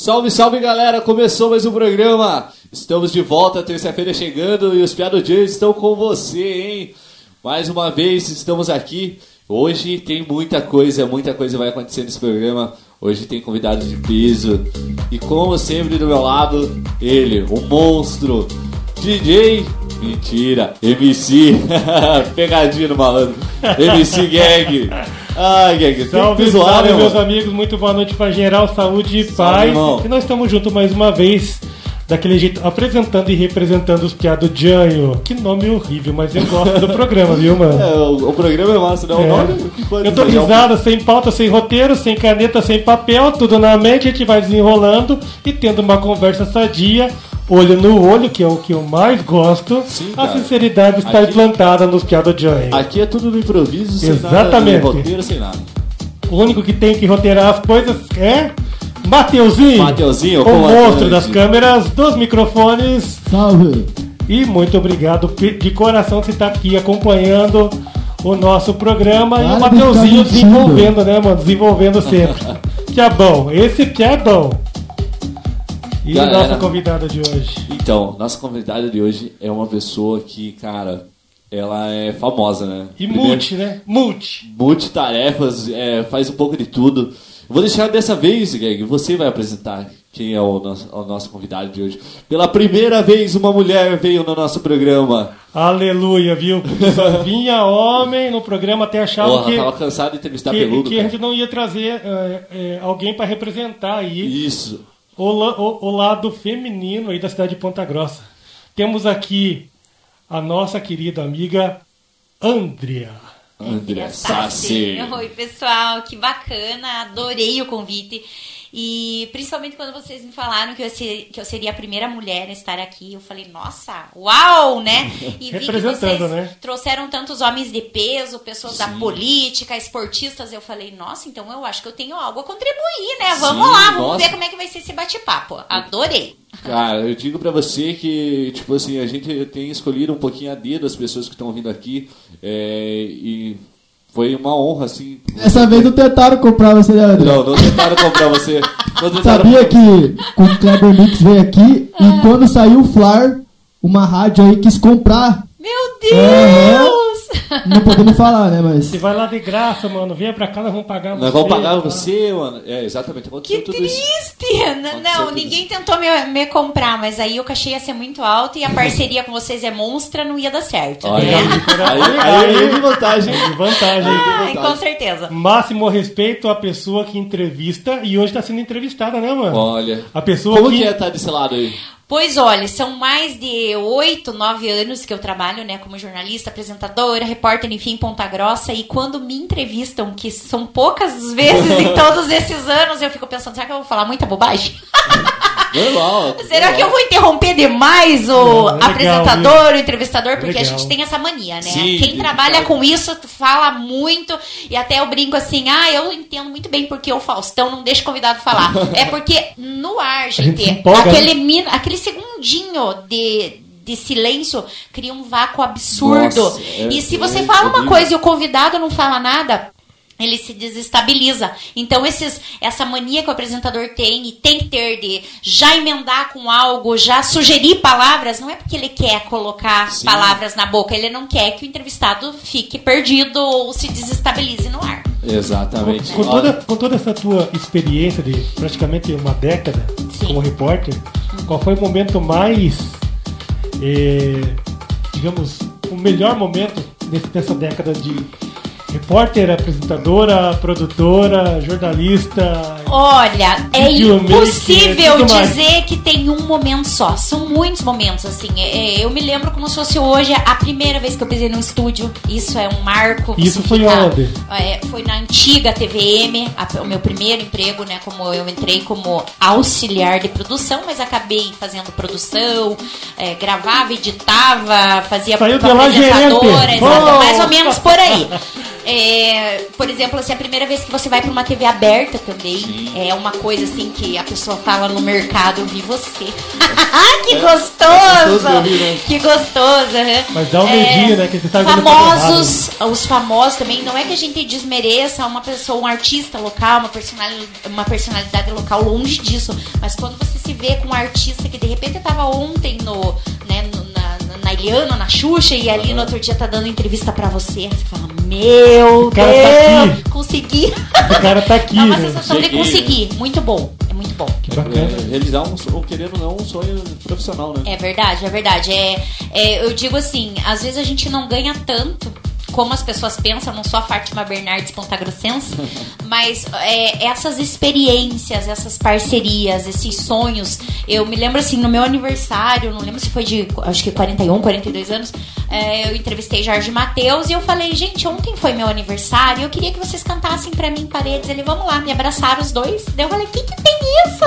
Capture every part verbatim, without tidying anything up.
Salve, salve galera, começou mais um programa. Estamos de volta, terça-feira chegando e os Piadodians estão com você, hein? Mais uma vez estamos aqui. Hoje tem muita coisa, muita coisa vai acontecer nesse programa. Hoje tem convidado de peso. E como sempre do meu lado, ele, o monstro, D J, mentira, M C, pegadinha no malandro, M C Gang. Ai, Gang, salve, zoar, salve, né, meus amigos, muito boa noite pra geral, saúde e paz. Irmão. E nós estamos juntos mais uma vez, daquele jeito, apresentando e representando os Piadodians. Que nome horrível, mas eu gosto do programa, viu, mano? É, o, o programa é massa, né? O É. nome que pode Eu tô dizer, risada, sem pauta, sem roteiro, sem caneta, sem papel, tudo na mente, a gente vai desenrolando e tendo uma conversa sadia, olho no olho, que é o que eu mais gosto. Sim, a cara. sinceridade está Aqui- implantada nos Piadodians. Aqui é tudo no improviso, sem Exatamente. nada, no roteiro, sem nada. O único que tem que roteirar as coisas é Mateuzinho, Mateuzinho, o comandante. monstro das câmeras, dos microfones. Salve! E muito obrigado pe- de coração que está aqui acompanhando o nosso programa. E o Para de Mateuzinho ficar mentindo. desenvolvendo, né, mano? Desenvolvendo sempre. Que é bom, esse que é bom. E Galera. nossa convidada de hoje. Então, nossa convidada de hoje é uma pessoa que, cara, ela é famosa, né? E Primeiro, multi, né? Multi. multitarefas, é, faz um pouco de tudo. Vou deixar dessa vez, Greg, você vai apresentar quem é o nosso, o nosso convidado de hoje. Pela primeira vez, uma mulher veio no nosso programa. Aleluia, viu? Porque só vinha homem no programa, até achava Porra, que... tava cansado de entrevistar que, peludo. que a cara. gente não ia trazer é, é, alguém para representar aí Isso. o, la- o- o lado feminino aí da cidade de Ponta Grossa. Temos aqui a nossa querida amiga Andrea. André Sassi. Oi, pessoal, que bacana, adorei o convite. E principalmente quando vocês me falaram que eu, ser, que eu seria a primeira mulher a estar aqui, eu falei, nossa, uau, né? E vi que Representando, vocês né? trouxeram tantos homens de peso, pessoas da política, esportistas. Eu falei, nossa, então eu acho que eu tenho algo a contribuir, né? Vamos Sim, lá, vamos nossa. ver como é que vai ser esse bate-papo. Adorei. Cara, eu digo pra você que, tipo assim, a gente tem escolhido um pouquinho a dedo as pessoas que estão vindo aqui, é, e foi uma honra, assim. Dessa vez não tentaram comprar você, né, André? Não, não tentaram comprar você. Não tentaram... Sabia que o Kleber Mix veio aqui e quando saiu o Flar, uma rádio aí quis comprar. Meu Deus! Não podemos falar, né, mas... Você vai lá de graça, mano. Venha pra cá, nós vamos pagar você. Nós vamos pagar tá? você, mano. É, exatamente. Aconteceu Que tudo isso. triste! Não, Aconteceu não, tudo ninguém isso. tentou me, me comprar, mas aí o cachê ia ser muito alto e a parceria com vocês é monstra, não ia dar certo. Olha, né? aí, aí, aí de vantagem. De vantagem. Ai, com certeza. Máximo respeito à pessoa que entrevista e hoje está sendo entrevistada, né, mano? Olha. A pessoa Como que... que é estar desse lado aí? Pois olha, são mais de oito, nove anos que eu trabalho, né, como jornalista, apresentadora, repórter, enfim, em Ponta Grossa, e quando me entrevistam, que são poucas vezes em todos esses anos, eu fico pensando, será que eu vou falar muita bobagem? Normal. Será normal. que eu vou interromper demais o Não, é legal, apresentador, o entrevistador? Porque Legal. a gente tem essa mania, né? Sim, Quem de- trabalha de- com isso fala muito, e até eu brinco assim, ah, eu entendo muito bem porque o Faustão não deixa o convidado falar. É porque no ar, gente gente, se empolga, aquele, min, aquele segundinho de... de silêncio, cria um vácuo absurdo. Nossa, é- e se você é fala uma horrível. coisa e o convidado não fala nada, ele se desestabiliza. Então, esses, essa mania que o apresentador tem, e tem que ter de já emendar com algo, já sugerir palavras, não é porque ele quer colocar Sim. palavras na boca, ele não quer que o entrevistado fique perdido ou se desestabilize no ar. Exatamente. Com toda, com toda essa tua experiência de praticamente uma década Sim. como repórter, qual foi o momento mais, eh, digamos, o melhor momento desse- dessa década de repórter, apresentadora, produtora, jornalista? Olha, é Videomaker, impossível tudo mais. dizer que tem um momento só. São muitos momentos, assim. É, eu me lembro como se fosse hoje a primeira vez que eu pisei num estúdio. Isso é um marco. Isso Você foi fica- onde? é, foi na antiga T V M, a- o meu primeiro emprego, né? Como eu entrei como auxiliar de produção, mas acabei fazendo produção, é, gravava, editava, fazia Saiu de lá apresentadora, gerente. exato, Oh! mais ou menos por aí. É, por exemplo, assim, a primeira vez que você vai para uma T V aberta também, Sim. é uma coisa assim que a pessoa fala no mercado, eu vi você. Que gostoso! gostoso de ouvir, né? Que gostoso, aham. Mas dá um medinho, né, que você tá vendo famosos, os famosos também, não é que a gente desmereça uma pessoa, um artista local, uma personalidade, uma personalidade local, longe disso. Mas quando você se vê com um artista que de repente estava ontem no, né, no, na, na Eliana, na Xuxa, e ali no outro dia tá dando entrevista pra você, você fala, meu Esse cara Deus, tá aqui. consegui. Esse cara tá aqui, Dá uma né? sensação de Cheguei, conseguir, muito bom, é muito bom. Que bacana. É, realizar um sonho, querendo ou não, um sonho profissional, né? É verdade, é verdade. É, é, eu digo assim, às vezes a gente não ganha tanto como as pessoas pensam, não sou a Fátima Bernardes Pontagrossense, mas é, essas experiências, essas parcerias, esses sonhos. Eu me lembro assim, no meu aniversário, não lembro se foi de, acho que quarenta e um, quarenta e dois anos, é, eu entrevistei Jorge Mateus e eu falei, gente, ontem foi meu aniversário, eu queria que vocês cantassem pra mim em Paredes. Ele, vamos lá, me abraçaram os dois. Daí eu falei, quem que tem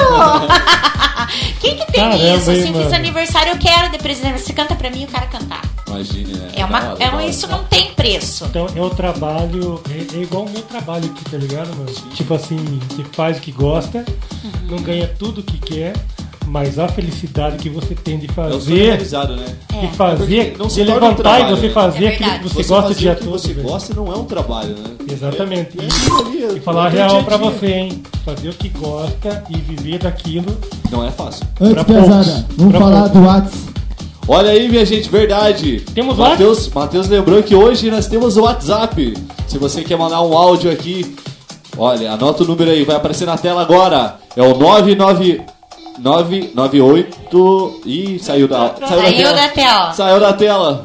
isso? Quem que tem Caramba, isso? hein, Se eu fiz mano? aniversário, eu quero de presente. Você canta pra mim, o cara cantar. Imagine, né? É uma, Da hora, é da um, hora. isso não tem preço. Então é o trabalho, é, é igual o meu trabalho aqui, tá ligado, mano? Tipo assim, você faz o que gosta, não ganha tudo o que quer, mas a felicidade que você tem de É o sonho fazer, realizado, né? É. de fazer, Porque não de se torna um levantar trabalho, e você né? fazer É aquilo que verdade. você, gosta o fazer dia o que todo. você velho. gosta não é um trabalho, né? Exatamente. É, é E- aquilo ali, E falar a é o real dia a pra dia. você, hein? Fazer o que gosta e viver daquilo. Não é fácil. Antes, Pra pesada, poucos. vamos Pra falar poucos. do Whats. Olha aí, minha gente, verdade. Temos Matheus, Matheus lembrou que hoje nós temos o WhatsApp. Se você quer mandar um áudio aqui, olha, anota o número aí, vai aparecer na tela agora. É o nove nove nove nove oito. Ih, saiu da, saiu da Saiu tela. da tela. Saiu da tela.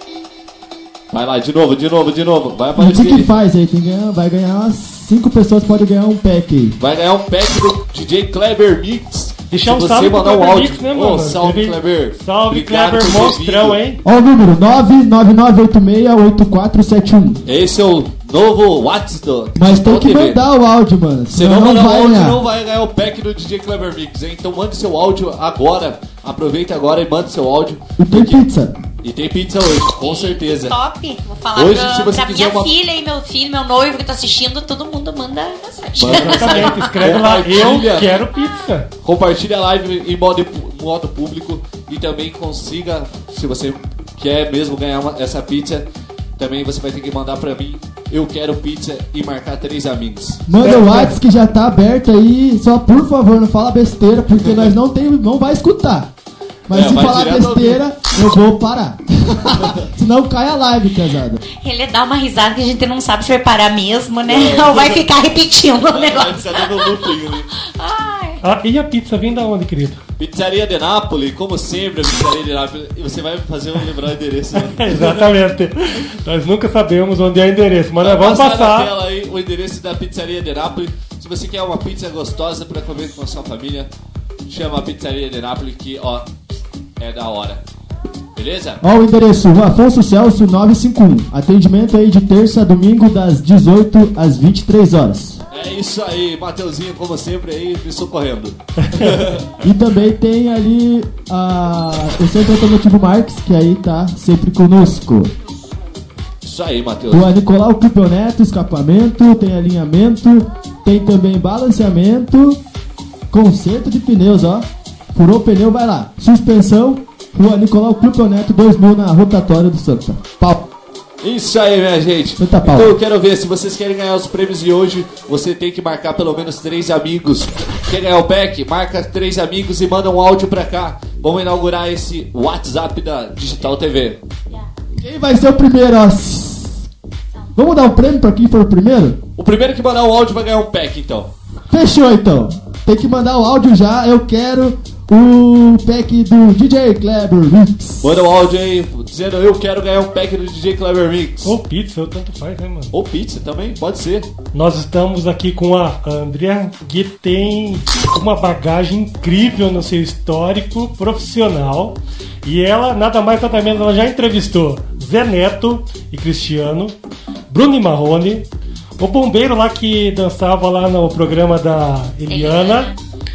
Vai lá, de novo, de novo, de novo. Vai E o que aparecer. que faz aí? Tem que ganhar, vai ganhar umas cinco pessoas, pode ganhar um pack aí. Vai ganhar um pack do D J Kleber Mix. Deixar um Se salve você pro mandar um Kleber áudio. Mix, né, Ô, mano? salve, Teve- Kleber. Salve, Obrigado Kleber, por ter monstrão, vindo. hein? Ó o número, nove nove nove oito seis oito quatro sete um. Esse é o novo WhatsApp do Mas tem Digital que T V. mandar o áudio, mano. Se senão não mandar o vai áudio, ganhar. não vai ganhar o pack do D J Kleber Mix, hein? Então mande seu áudio agora. Aproveita agora e mande seu áudio. E tem porque- pizza. E tem pizza hoje, com certeza. Top. Vou falar Hoje, pra, se você pra quiser minha uma- filha e meu filho, meu noivo que tá assistindo, todo mundo manda mensagem. Manda Exatamente, escreve lá, eu Compartilha. quero pizza. Compartilhe a live em modo, modo público e também consiga, se você quer mesmo ganhar uma- essa pizza, também você vai ter que mandar pra mim, eu quero pizza, e marcar três amigos. Manda Certo, o WhatsApp que já tá aberto aí. Só por favor, não fala besteira, porque nós não tem, não vai escutar. Mas É, se vai falar direto ao besteira, eu vou parar. Senão cai a live, pesada. Ele dá uma risada que a gente não sabe se vai parar mesmo, né? É. Ou vai ficar repetindo o negócio. Vai dando looping ali. Ai. Ah, e a pizza vem da onde, querido? Pizzaria de Nápoles, como sempre, a Pizzaria de Nápoles. E você vai fazer eu lembrar o endereço. Né? Exatamente. Nós nunca sabemos onde é o endereço, mas nós Vai vamos passar na passar. tela aí o endereço da Pizzaria de Nápoles. Se você quer uma pizza gostosa pra comer com a sua família, chama a Pizzaria de Nápoles que, ó, é da hora. Beleza? Ó o endereço, Rua Afonso Celso novecentos e cinquenta e um. Atendimento aí de terça a domingo das dezoito às vinte e três horas. É isso aí, Mateuzinho, como sempre, aí me socorrendo. E também tem ali a, o Centro Automotivo Marques, que aí tá sempre conosco. Isso aí, Matheus. Rua Nicolau Clipeu Neto, escapamento, tem alinhamento, tem também balanceamento, conserto de pneus, ó. Furou o pneu, vai lá. Suspensão, Rua Nicolau Clipeu Neto, dois mil na rotatória do Santa. Pau. Isso aí, minha gente. Eita, pau. Então eu quero ver, se vocês querem ganhar os prêmios de hoje, você tem que marcar pelo menos três amigos. Quer ganhar o pack? Marca três amigos e manda um áudio pra cá. Vamos inaugurar esse WhatsApp da Digital T V. Quem vai ser o primeiro, ó? Vamos dar um prêmio pra quem for o primeiro? O primeiro que mandar o áudio vai ganhar um pack, então. Fechou então. Tem que mandar o áudio já. Eu quero o pack do D J Kleber Mix. Manda um áudio aí, dizendo eu quero ganhar um pack do D J Kleber Mix. Ou pizza, ou tanto faz, né, mano? Ou pizza também, pode ser. Nós estamos aqui com a Andrea, que tem uma bagagem incrível no seu histórico profissional. E ela, nada mais nada menos, ela já entrevistou Zé Neto e Cristiano, Bruno e Marrone, o bombeiro lá que dançava lá no programa da Eliana,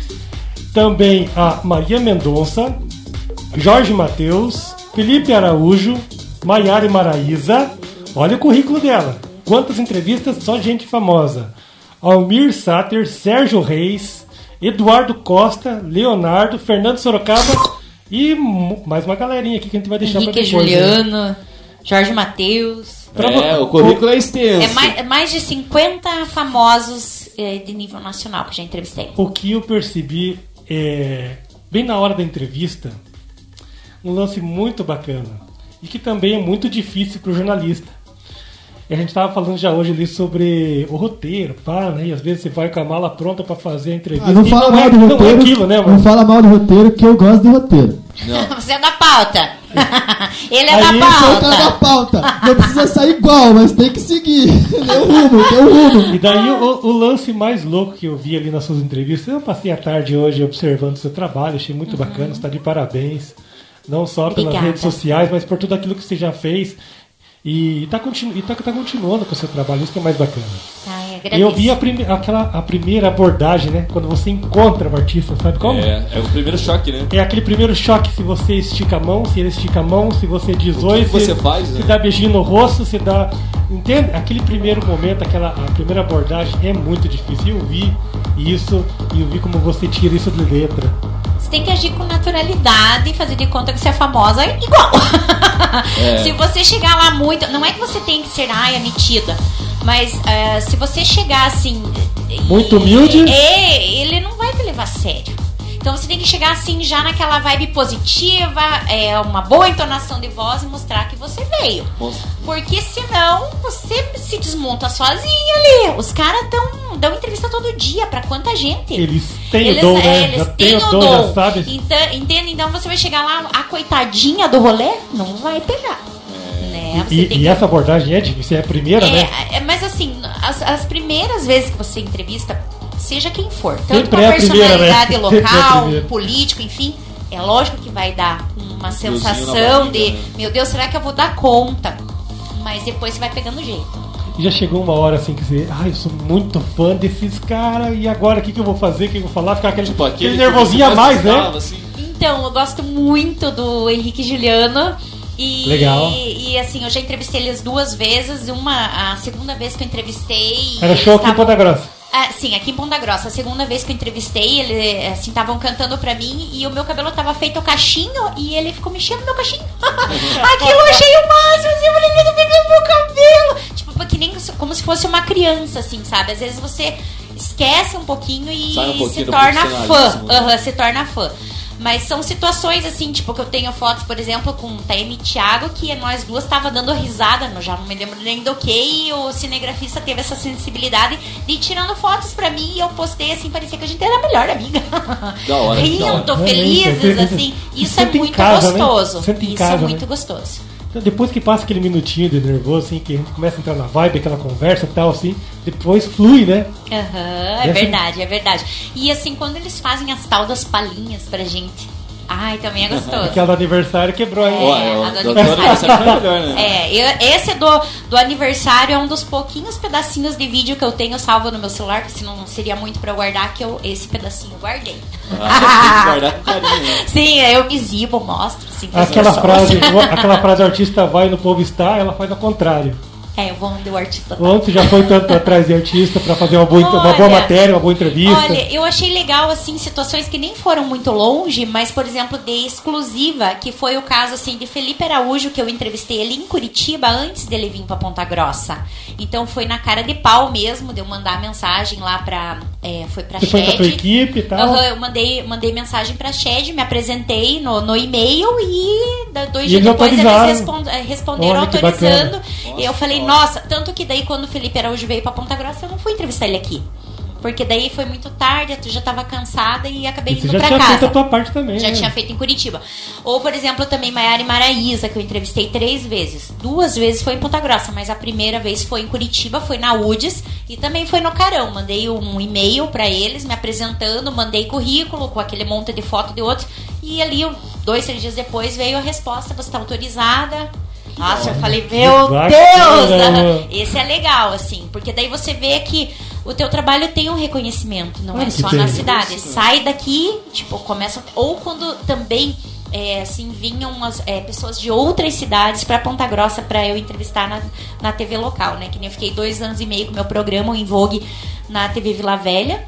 também a Maria Mendonça, Jorge Mateus, Felipe Araújo, Maiara e Maraísa. Olha o currículo dela. quantas entrevistas, só gente famosa. Almir Sater, Sérgio Reis, Eduardo Costa, Leonardo, Fernando Sorocaba e mais uma galerinha aqui que a gente vai deixar para depois. Henrique Juliano, né? Jorge Mateus. É, o currículo é extenso. É mais, é mais de cinquenta famosos é, de nível nacional que eu já entrevistei. O que eu percebi, é, bem na hora da entrevista, um lance muito bacana e que também é muito difícil para o jornalista. A gente estava falando já hoje ali sobre o roteiro, pá, né? E às vezes você vai com a mala pronta para fazer a entrevista. Ah, não fala não mal é, do roteiro. Não é aquilo, né, mano? Não fala mal do roteiro, que eu gosto de roteiro. Não. Você é da pauta. Ele é Aí, da Você pauta. tá na pauta. Não precisa sair igual, mas tem que seguir. Tem um rumo, tem um rumo. E daí o, o lance mais louco que eu vi ali nas suas entrevistas, eu passei a tarde hoje observando o seu trabalho, achei muito Uhum. bacana, você está de parabéns. Não só pelas Obrigada. redes sociais, mas por tudo aquilo que você já fez. E está continu, tá, tá continuando com o seu trabalho, isso que é mais bacana. Ai, agradeço. Eu vi a, prime, aquela, a primeira abordagem, né? Quando você encontra o artista, sabe como? É, é o primeiro choque, né? É aquele primeiro choque, se você estica a mão, se ele estica a mão, se você diz O oi, que se, você faz, se né? dá beijinho no rosto, se dá... Entende? Aquele primeiro momento, aquela a primeira abordagem é muito difícil. E eu vi isso, e eu vi como você tira isso de letra. Você tem que agir com naturalidade e fazer de conta que você é famosa igual. É. Se você chegar lá muito... Não é que você tem que ser, ai, metida. Mas é, se você chegar assim... Muito e- humilde? É, ele não vai te levar a sério. Então você tem que chegar assim já naquela vibe positiva, é, uma boa entonação de voz e mostrar que você veio. Nossa. Porque senão você se desmonta sozinho ali. Os caras dão, dão entrevista todo dia pra quanta gente. Eles têm Eles, o dom, é, né? eles Já têm tem o o dom, dom. já sabe? Então, entende? Então você vai chegar lá, a coitadinha do rolê não vai pegar. Né? Você E, tem e que- essa abordagem é difícil, é a primeira, né? é, é, mas assim, as, as primeiras vezes que você entrevista, seja quem for, tanto Sempre com é a a primeira, personalidade né? Sempre é a local, primeira. político, enfim, é lógico que vai dar uma Friozinho sensação na barriga, de, né? meu Deus, será que eu vou dar conta? Mas depois você vai pegando jeito. E já chegou uma hora assim que você, ai, eu sou muito fã desses caras, e agora o que, que eu vou fazer, o que eu vou falar? Ficar aquele, Tipo, aquele aquele nervosinho a mais, né? Assim. Então, eu gosto muito do Henrique Juliano. E, Legal. E assim, eu já entrevistei eles duas vezes. Uma, a segunda vez que eu entrevistei. Era eles show aqui em tavam- Ponta Grossa. Ah, sim, aqui em Ponta Grossa. A segunda vez que eu entrevistei, eles assim, estavam cantando pra mim e o meu cabelo tava feito cachinho e ele ficou mexendo meu cachinho. Aquilo eu achei o máximo, assim, eu falei, ele pegou meu cabelo. Tipo, que nem como se fosse uma criança, assim, sabe? Às vezes você esquece um pouquinho e Sai um pouquinho se do torna fã. profissionalismo, né? Aham, se torna fã. Mas são situações assim, tipo, que eu tenho fotos, por exemplo, com Taime e Thiago, que nós duas tava dando risada, eu já não me lembro nem do que, e o cinegrafista teve essa sensibilidade de ir tirando fotos pra mim, e eu postei assim, parecia que a gente era a melhor amiga. Da hora, da Rindo, hora. felizes, Realmente, assim. você Isso é sente em muito casa, né? gostoso. Sente em Isso casa, é né? muito gostoso. Então, depois que passa aquele minutinho de nervoso, assim, que a gente começa a entrar na vibe, aquela conversa e tal, assim, depois flui, né? Aham, é Essa- verdade, é verdade. E assim, quando eles fazem as tal das palhinhas pra gente, ai, também é gostoso. Aquela do aniversário quebrou, hein? Ó, É, é, o a do doutor aniversário. aniversário foi melhor, né? É, eu- esse do, do aniversário é um dos pouquinhos pedacinhos de vídeo que eu tenho salvo no meu celular, que senão seria muito pra eu guardar, que eu esse pedacinho eu guardei. Ah, tem que guardar com carinho, né? Sim, eu me exibo, mostro, assim, pras Aquela pessoas. frase, aquela frase, o artista vai no povo está, ela faz ao contrário. É, eu vou onde o artista tá. Onde você já foi tanto atrás de artista pra fazer uma boa, uma boa Olha, matéria, uma boa entrevista? Olha, eu achei legal, assim, situações que nem foram muito longe, mas, por exemplo, de exclusiva, que foi o caso, assim, de Felipe Araújo, que eu entrevistei ele em Curitiba antes dele vir pra Ponta Grossa. Então, foi na cara de pau mesmo, de eu mandar mensagem lá pra... É, foi pra Você foi com a tua Shed. equipe e tal? Aham, eu mandei, mandei mensagem pra Shed, me apresentei no, no e-mail e da- dois E dias eles depois autorizaram. eles respond- eh, responderam Olha que autorizando. bacana. E eu falei, nossa, tanto que daí quando o Felipe Araújo veio pra Ponta Grossa, eu não fui entrevistar ele aqui. Porque daí foi muito tarde, eu já tava cansada e acabei E você indo já pra tinha casa. feito a tua parte também, Já né? tinha feito em Curitiba. Ou, por exemplo, também Maiara e Maraísa, que eu entrevistei três vezes. Duas vezes foi em Ponta Grossa, mas a primeira vez foi em Curitiba, foi na U D S e também foi no Carão. Mandei um e-mail pra eles, me apresentando, mandei currículo com aquele monte de foto de outros. E ali, dois, três dias depois, veio a resposta, você tá autorizada. Nossa, eu falei, meu bacana, Deus! mano. Esse é legal, assim, porque daí você vê que o teu trabalho tem um reconhecimento, não Claro é que só tem. na cidade. Sai daqui, tipo, começa... Ou quando também é, assim, vinham as, é, pessoas de outras cidades para Ponta Grossa para eu entrevistar na, na T V local, né? Que nem eu fiquei dois anos e meio com o meu programa, o Em Vogue, na T V Vila Velha.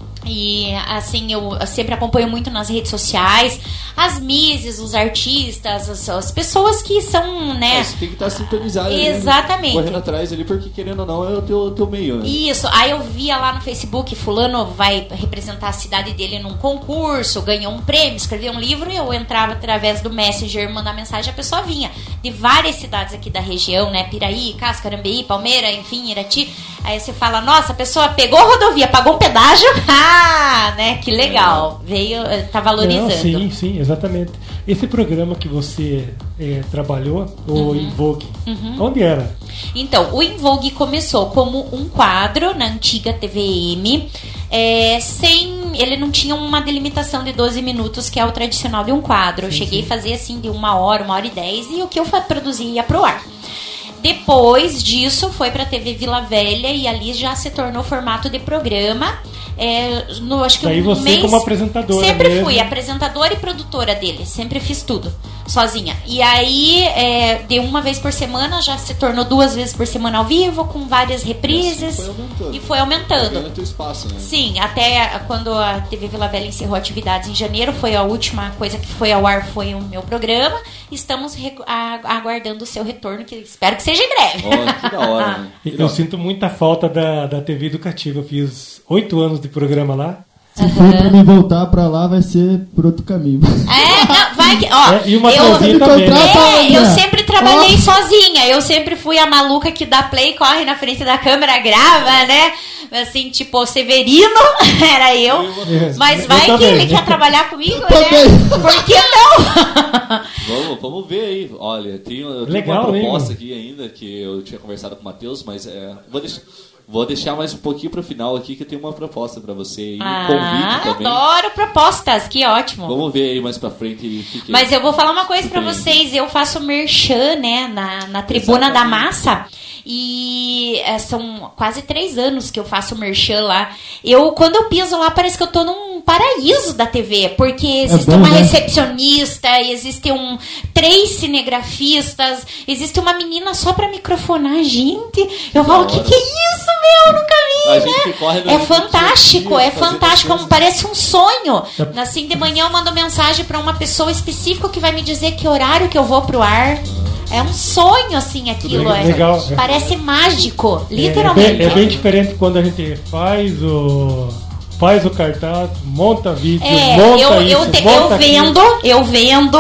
E assim, eu sempre acompanho muito nas redes sociais as misses, os artistas, as, as pessoas que são, né? É, você tem que estar sintonizado. Exatamente. Ali, correndo atrás ali, porque querendo ou não é o teu, teu meio, né? Isso, aí eu via lá no Facebook, fulano vai representar a cidade dele num concurso, ganhou um prêmio, escreveu um livro, e eu entrava através do Messenger, mandar mensagem, a pessoa vinha de várias cidades aqui da região, né? Piraí, Cascarambeí, Palmeira, enfim, Irati. Aí você fala, nossa, a pessoa pegou a rodovia, pagou um pedágio, ah, né? Que legal, é. Veio, tá valorizando. Não, sim, sim, exatamente. Esse programa que você é, trabalhou, o uhum. Em Vogue, uhum. onde era? Então, o Em Vogue começou como um quadro na antiga T V M, é, sem, ele não tinha uma delimitação de doze minutos, que é o tradicional de um quadro. Eu sim, cheguei sim. a fazer assim de uma hora, uma hora e dez, e o que eu produzia ia pro ar. Depois disso, foi para a T V Vila Velha e ali já se tornou formato de programa. É, no, acho que Daí um você mês, como apresentadora sempre mesmo. fui apresentadora e produtora dele, sempre fiz tudo sozinha. E aí é, de uma vez por semana já se tornou duas vezes por semana ao vivo, com várias reprises, e, assim foi e foi aumentando. Foi teu espaço, né? Sim, até quando a T V Vila Velha encerrou atividades em janeiro, foi a última coisa que foi ao ar, foi o meu programa. Estamos aguardando o seu retorno, que espero que seja em breve. Oh, que da hora, né? Eu, eu sinto muita falta da, da T V educativa. Eu fiz oito anos de programa lá. Se uhum. for pra me voltar pra lá, vai ser por outro caminho. É, não, vai que... Ó, é, e uma eu, também, né? é, eu sempre trabalhei oh. sozinha. Eu sempre fui a maluca que dá play, corre na frente da câmera, grava, né? Assim, tipo, o Severino, era eu. Mas eu vai também. que ele quer trabalhar comigo, eu né? Por que não? Vamos, vamos ver aí. Olha, tem, eu Legal, tenho uma proposta hein, aqui ainda, que eu tinha conversado com o Matheus, mas é, vou deixar... Vou deixar mais um pouquinho pro final aqui, que eu tenho uma proposta pra você e um ah, convite também. Adoro propostas, que ótimo. Vamos ver aí mais pra frente. Que que Mas eu vou falar uma coisa pra vocês. Eu faço merchan, né, na, na Tribuna Exatamente. da Massa. E é, são quase três anos que eu faço merchan lá. Eu, quando eu piso lá, parece que eu tô num paraíso da T V. Porque existe é bom, uma né? recepcionista, existe um, três cinegrafistas, existe uma menina só pra microfonar a gente. Eu falo, o que, que é isso, meu? Eu nunca vi, a né? gente corre no é fantástico, dia, é fantástico. Como parece um sonho. É. Assim, de manhã eu mando mensagem pra uma pessoa específica que vai me dizer que horário que eu vou pro ar. É um sonho, assim, aquilo. Legal. É, parece mágico, é, literalmente. É bem, é bem diferente quando a gente faz o... Faz o cartaz, monta vídeo, é, monta eu, isso, eu, te, monta eu vendo, eu vendo.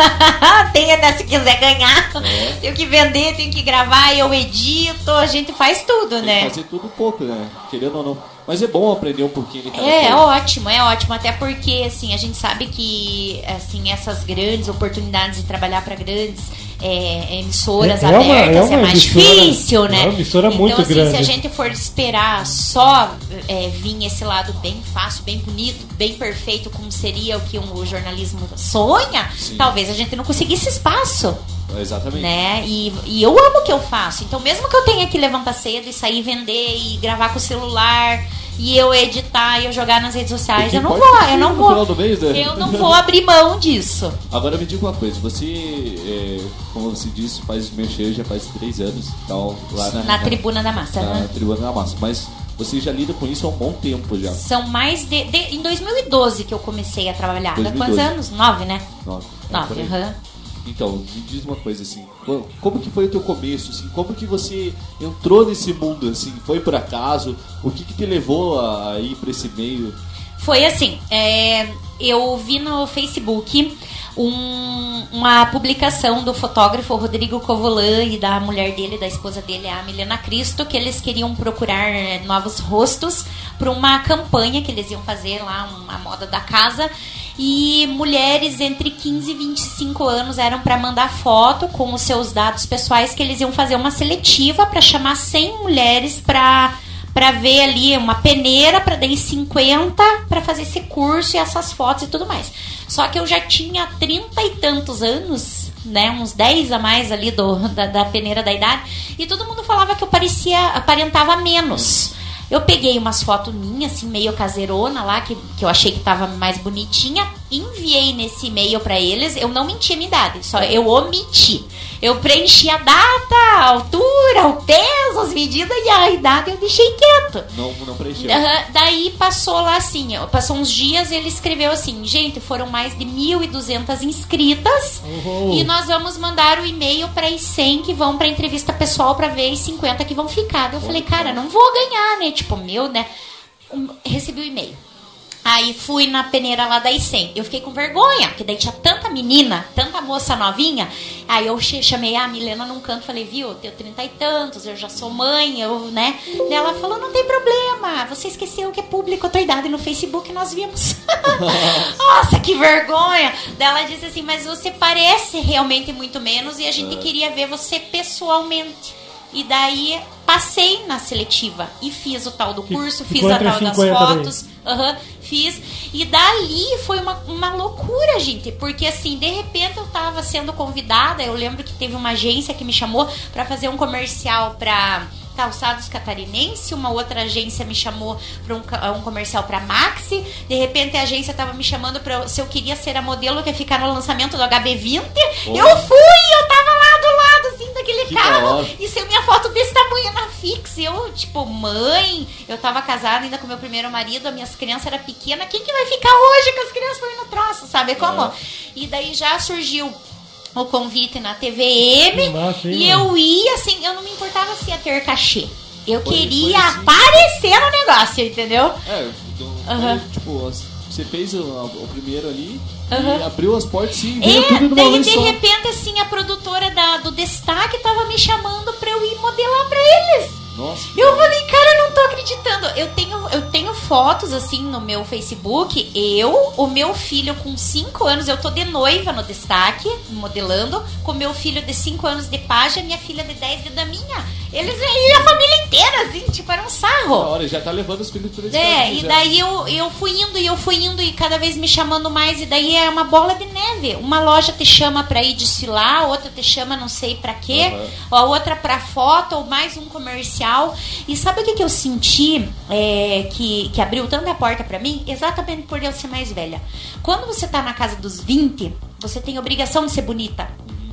Tem até se quiser ganhar. É. Tenho que vender, tenho que gravar, eu edito, a gente faz tudo, Tem né? que fazer tudo um pouco, né? Querendo ou não. Mas é bom aprender um pouquinho de cada É, coisa. é ótimo, é ótimo. Até porque, assim, a gente sabe que, assim, essas grandes oportunidades de trabalhar para grandes é, emissoras é, é uma, abertas é, é mais emissora, difícil, né? É uma emissora então, muito assim, grande. se a gente for esperar só é, vir esse lado bem fácil, bem bonito, bem perfeito, como seria o que um, o jornalismo sonha, Sim. talvez a gente não conseguisse espaço. Exatamente. Né? E, e eu amo o que eu faço. Então, mesmo que eu tenha que levantar cedo e sair vender e gravar com o celular e eu editar e eu jogar nas redes sociais, eu não vou, eu não vou. Mês, né? Eu não vou abrir mão disso. Agora me diga uma coisa, você, é, como você disse, faz merchan já faz três anos, então, lá na, na, na Tribuna da Massa, na né? Tribuna da Massa, mas você já lida com isso há um bom tempo já. São mais de, de em dois mil e doze que eu comecei a trabalhar. dois mil e doze. Quantos anos? Nove, né? Nove. Nove, aham. Uhum. Então, me diz uma coisa assim, como que foi o teu começo, assim, como que você entrou nesse mundo, assim, foi por acaso, o que que te levou a ir para esse meio? Foi assim, é, eu vi no Facebook um, uma publicação do fotógrafo Rodrigo Covolan e da mulher dele, da esposa dele, a Milena Cristo, que eles queriam procurar novos rostos para uma campanha que eles iam fazer lá, uma moda da casa. E mulheres entre quinze e vinte e cinco anos eram para mandar foto com os seus dados pessoais, que eles iam fazer uma seletiva para chamar cem mulheres para para ver ali uma peneira, para daí cinquenta para fazer esse curso e essas fotos e tudo mais. Só que eu já tinha trinta e tantos anos, né, uns dez a mais ali do, da, da peneira da idade, e todo mundo falava que eu parecia, aparentava menos. Eu peguei umas fotos minhas, assim, meio caseirona lá, que, que eu achei que tava mais bonitinha, enviei nesse e-mail pra eles, eu não menti a minha idade, só eu omiti. Eu preenchi a data, a altura, o peso, as medidas e a idade eu deixei quieto. Não, não preencheu. Uhum. Daí passou lá assim, ó, passou uns dias, ele escreveu assim: gente, foram mais de mil e duzentas inscritas Uhum. e nós vamos mandar o e-mail para as cem que vão pra entrevista pessoal pra ver as cinquenta que vão ficar. Daí eu falei, cara, não vou ganhar, né? Tipo, meu, né? Um, recebi o e-mail. Aí fui na peneira lá da I C E M. Eu fiquei com vergonha, porque daí tinha tanta menina, tanta moça novinha. Aí eu chamei a Milena num canto e falei, viu, eu tenho trinta e tantos, eu já sou mãe, eu, né? Daí ela falou, não tem problema, você esqueceu que é público a tua idade no Facebook, nós vimos. Nossa, que vergonha. Daí ela disse assim, mas você parece realmente muito menos e a gente queria ver você pessoalmente. E daí passei na seletiva e fiz o tal do curso, fiz a tal das fotos, uhum, fiz. E dali foi uma, uma loucura, gente, porque assim, de repente eu tava sendo convidada, eu lembro que teve uma agência que me chamou pra fazer um comercial pra Calçados Catarinense, uma outra agência me chamou para um, um comercial para Maxi, de repente a agência tava me chamando pra, se eu queria ser a modelo que ia ficar no lançamento do H B vinte, oh. Eu fui, eu tava lá do lado assim daquele que carro, e saiu minha foto desse tamanho na Fix, eu tipo, mãe, eu tava casada ainda com meu primeiro marido, as minhas crianças eram pequenas, quem que vai ficar hoje com as crianças foi no troço, sabe como? Oh. E daí já surgiu o convite na T V M Nossa, e hein, eu ia assim, eu não me importava se ia ter cachê. Eu foi, queria foi assim. Aparecer no negócio, entendeu? É, então, uhum. tipo, você fez o, o primeiro ali uhum. e abriu as portas e veio é, tudo de uma daí vez de só. repente assim, a produtora da, do Destaque tava me chamando pra eu ir modelar pra eles. Nossa, eu falei, cara, eu não tô acreditando. Eu tenho, eu tenho fotos assim no meu Facebook. Eu, o meu filho com cinco anos, eu tô de noiva no Destaque, modelando, com meu filho de cinco anos de paja, minha filha de dez de daminha. Eles e a família inteira, assim, tipo, era um sarro. Na hora, já tá levando os filhos pra esse É, e já. Daí eu, eu fui indo e eu fui indo e cada vez me chamando mais. E daí é uma bola de neve. Uma loja te chama pra ir desfilar, outra te chama não sei pra quê, uhum. a outra pra foto, ou mais um comercial. E sabe o que, que eu senti é, que, que abriu tanta porta pra mim? Exatamente por eu ser mais velha. Quando você tá na casa dos vinte, você tem obrigação de ser bonita.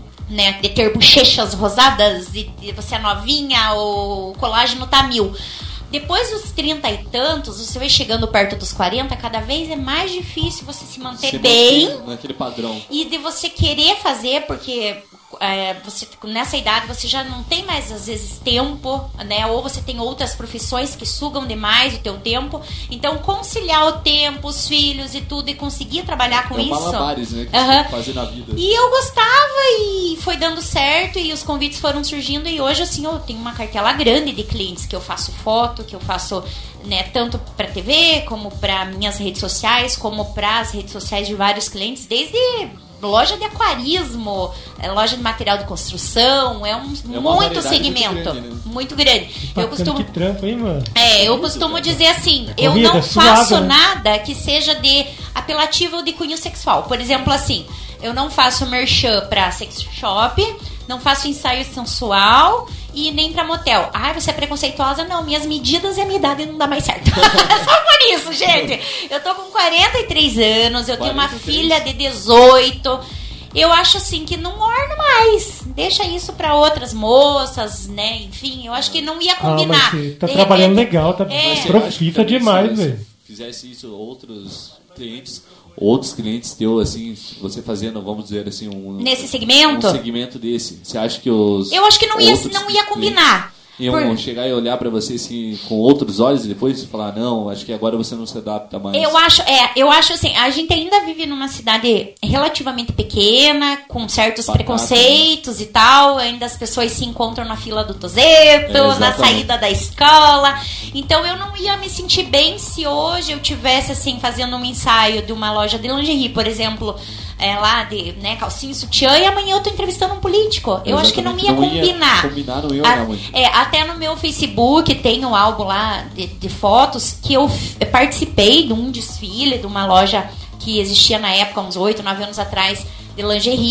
Né, de ter bochechas rosadas e, e você é novinha, o colágeno tá mil. Depois dos trinta e tantos, você vai chegando perto dos quarenta, cada vez é mais difícil você se manter se bem manter naquele padrão. E de você querer fazer, porque é, você, nessa idade você já não tem mais às vezes tempo, né? Ou você tem outras profissões que sugam demais o teu tempo. Então conciliar o tempo, os filhos e tudo, e conseguir trabalhar com é isso malabares, né, que uhum. você fazer na vida. E eu gostava e foi dando certo e os convites foram surgindo. E hoje assim eu tenho uma cartela grande de clientes que eu faço foto, que eu faço, né, tanto para T V como para minhas redes sociais, como para as redes sociais de vários clientes, desde loja de aquarismo, loja de material de construção, é um é muito segmento, muito grande, né? Muito grande. Eu costumo, que trampo, hein, mano? É, eu costumo dizer assim, é corrida, eu não faço suado, né? Nada que seja de apelativo de cunho sexual. Por exemplo, assim, eu não faço merchan pra sex shop, não faço ensaio sensual e nem pra motel. Ai, você é preconceituosa? Não, minhas medidas e a minha idade não dá mais certo. Só por isso, gente. Eu tô com quarenta e três anos, eu tenho uma filha de dezoito. Eu acho assim que não orno mais. Deixa isso pra outras moças, né? Enfim, eu acho que não ia combinar. Ah, mas tá de trabalhando repente, legal, tá é. profita demais, velho. Se fizesse isso outros clientes... Outros clientes teu, assim, você fazendo, vamos dizer assim, um... Nesse segmento? Um segmento desse. Você acha que os... Eu acho que não ia, não ia combinar. Iam por... chegar e olhar pra você assim, com outros olhos e depois falar, não, acho que agora você não se adapta mais. Eu acho, é, eu acho assim, a gente ainda vive numa cidade relativamente pequena, com certos Batata, preconceitos, né? E tal, ainda as pessoas se encontram na fila do Tozeto, é, na saída da escola, então eu não ia me sentir bem se hoje eu tivesse assim, fazendo um ensaio de uma loja de lingerie, por exemplo, é, lá de, né, calcinha e sutiã, e amanhã eu tô entrevistando um político. Eu Exatamente. Acho que não ia não combinar. Ia combinar, não ia olhar muito. É, até no meu Facebook tem um álbum lá de, de fotos que eu f- participei de um desfile de uma loja que existia na época, uns oito, nove anos atrás, de lingerie.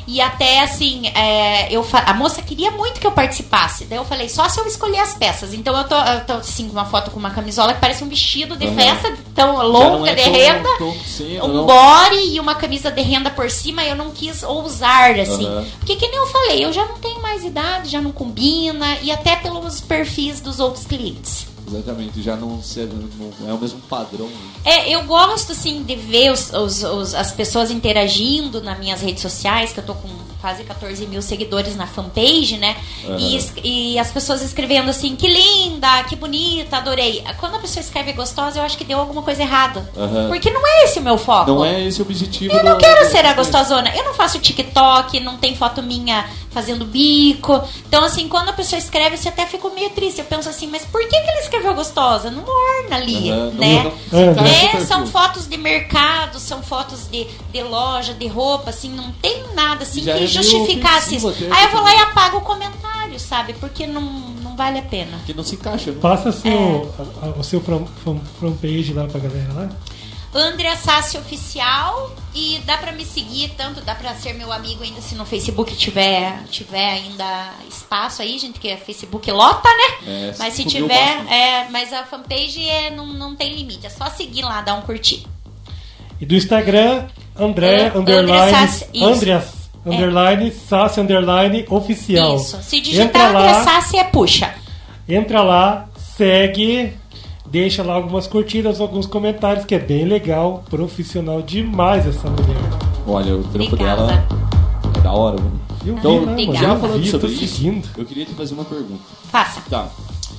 E até assim, é, eu fa- a moça queria muito que eu participasse. Daí eu falei, só se eu escolher as peças. Então eu tô, eu tô assim, com uma foto com uma camisola que parece um vestido de Uhum. festa, tão Já não longa, é de tão- renda. tão cedo, Um não. body e uma camisa de renda por cima, eu não quis ousar, assim. Uhum. Porque que nem eu falei, eu já não tenho mais idade, já não combina, e até pelos perfis dos outros clientes. Exatamente, já não, se- não é o mesmo padrão. Né? É, eu gosto, assim, de ver os, os- os- as pessoas interagindo nas minhas redes sociais, que eu tô com quase catorze mil seguidores na fanpage, né? Uhum. E, es- e as pessoas escrevendo assim, que linda, que bonita, adorei. Quando a pessoa escreve gostosa, eu acho que deu alguma coisa errada. Uhum. Porque não é esse o meu foco. Não é esse o objetivo. Eu não do- quero do- ser a gostosona. Eu não faço TikTok, não tem foto minha fazendo bico. Então, assim, quando a pessoa escreve, você até fica meio triste. Eu penso assim, mas por que, que ele escreveu gostosa? Não orna ali, Uhum. né? Não- não se encaixa no É, perfil. são fotos de mercado, são fotos de, de loja, de roupa, assim, não tem nada assim Já é que meio justificasse isso. ofensivo até, Aí eu vou lá e também. apago o comentário, sabe? Porque não, não vale a pena. Que não se encaixa. Né? Passa seu, É. a- a- o seu from, from, from page lá pra galera lá. Andrea Sassi Oficial, e dá pra me seguir, tanto dá pra ser meu amigo ainda se no Facebook tiver, tiver ainda espaço aí, gente, que é Facebook lota, né? É, mas se subiu tiver, bastante. é, mas a fanpage é, não, não tem limite, é só seguir lá, dar um curtir. E do Instagram, André, É, underline, Andrea Sassi, isso. Andreas, underline, Sassi, underline, oficial. Isso, se Entra digitar lá. Andrea Sassi é puxa. Entra lá, segue, deixa lá algumas curtidas, alguns comentários, que é bem legal, profissional demais essa mulher. Olha, o trampo Obrigada. dela é da hora, mano. Eu vi, Então, né, mano? já Eu falando vi, sobre tô isso, seguindo. eu queria te fazer uma pergunta. Faça. Tá.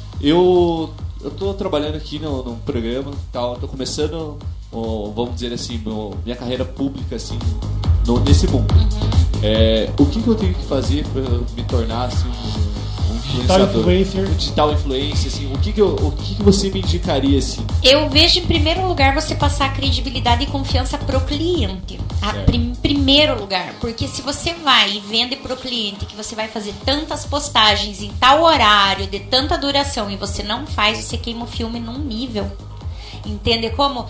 Eu, eu tô trabalhando aqui no, no programa, tal, tô começando, ó, vamos dizer assim, meu- minha carreira pública, assim, no- nesse mundo. Uhum. É, o que, que eu tenho que fazer pra eu me tornar, assim, um, um Digital influenciador? influencer. Um digital influencer, assim, o que que, eu, o que que você me indicaria, assim? Eu vejo em primeiro lugar você passar credibilidade e confiança pro cliente. A Certo. prim- primeiro lugar. Porque se você vai e vende pro cliente que você vai fazer tantas postagens em tal horário, de tanta duração, e você não faz, você queima o filme num nível. Entende como?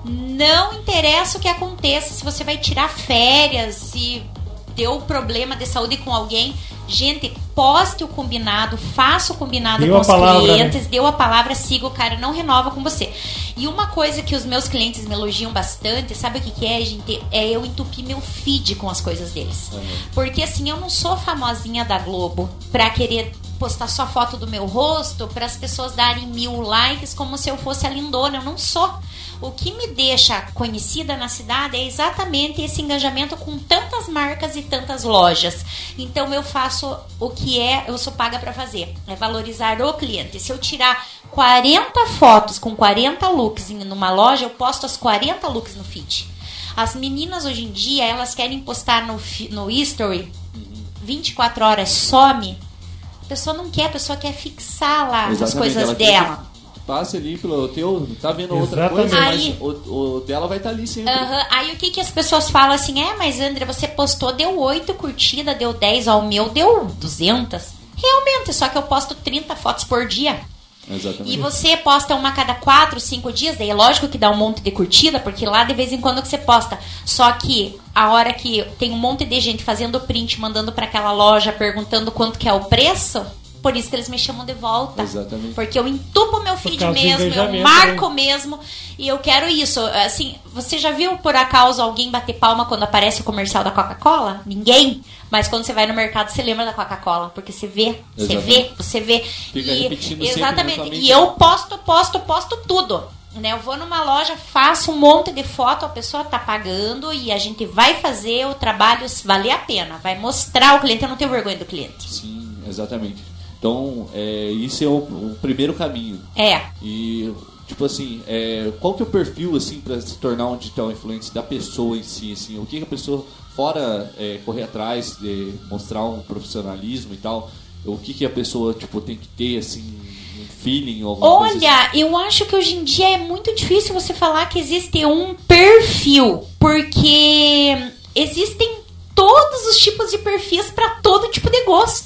Não interessa o que aconteça, se você vai tirar férias, se deu problema de saúde com alguém. Gente, poste o combinado, faça o combinado Deu com a os palavra, clientes, né? deu a palavra, siga o cara, não renova com você. E uma coisa que os meus clientes me elogiam bastante, sabe o que, que é, gente? É eu entupir meu feed com as coisas deles. Porque assim, eu não sou famosinha da Globo pra querer postar só foto do meu rosto para as pessoas darem mil likes como se eu fosse a lindona. Eu não sou. O que me deixa conhecida na cidade é exatamente esse engajamento com tantas marcas e tantas lojas. Então eu faço o que é, eu sou paga para fazer, é valorizar o cliente. Se eu tirar quarenta fotos com quarenta looks em numa loja, eu posto as quarenta looks no feed. As meninas hoje em dia, elas querem postar no, fi- no history vinte e quatro horas, some. A pessoa não quer, a pessoa quer fixar lá as Exatamente, coisas ela quer dela. Passe ali pelo teu, tá vendo outra Exatamente. coisa, Aí- mas o, o dela vai estar ali sempre. Aham. Aí o que, que as pessoas falam assim, é, mas André, você postou, deu oito curtidas, deu dez, ao meu deu duzentas. Realmente, só que eu posto trinta fotos por dia. Exatamente. E você posta uma a cada quatro, cinco dias, daí é lógico que dá um monte de curtida, porque lá de vez em quando que você posta. Só que a hora que tem um monte de gente fazendo print, mandando pra aquela loja, perguntando quanto que é o preço, por isso que eles me chamam de volta. Exatamente. Porque eu entupo meu feed causa do mesmo, eu engajamento, marco né? mesmo, e eu quero isso. Assim, você já viu por acaso alguém bater palma quando aparece o comercial da Coca-Cola? Ninguém. Mas quando você vai no mercado, você lembra da Coca-Cola, porque você vê, você Exatamente. vê, você vê. Fica e, repetindo sempre na exatamente. sua mente. E eu posto, posto, posto tudo. Né? Eu vou numa loja, faço um monte de foto, a pessoa tá pagando e a gente vai fazer o trabalho valer a pena. Vai mostrar ao cliente, eu não tenho vergonha do cliente. Sim, exatamente. Então, é, isso é o, o primeiro caminho. É. E, tipo assim, é, qual que é o perfil, assim, pra se tornar um digital influencer da pessoa em si, assim? O que, que a pessoa, fora é, correr atrás, de mostrar um profissionalismo e tal, o que, que a pessoa, tipo, tem que ter, assim, um feeling ou alguma coisa assim? Olha, eu acho que hoje em dia é muito difícil você falar que existe um perfil, porque existem todos os tipos de perfis para todo tipo de gosto.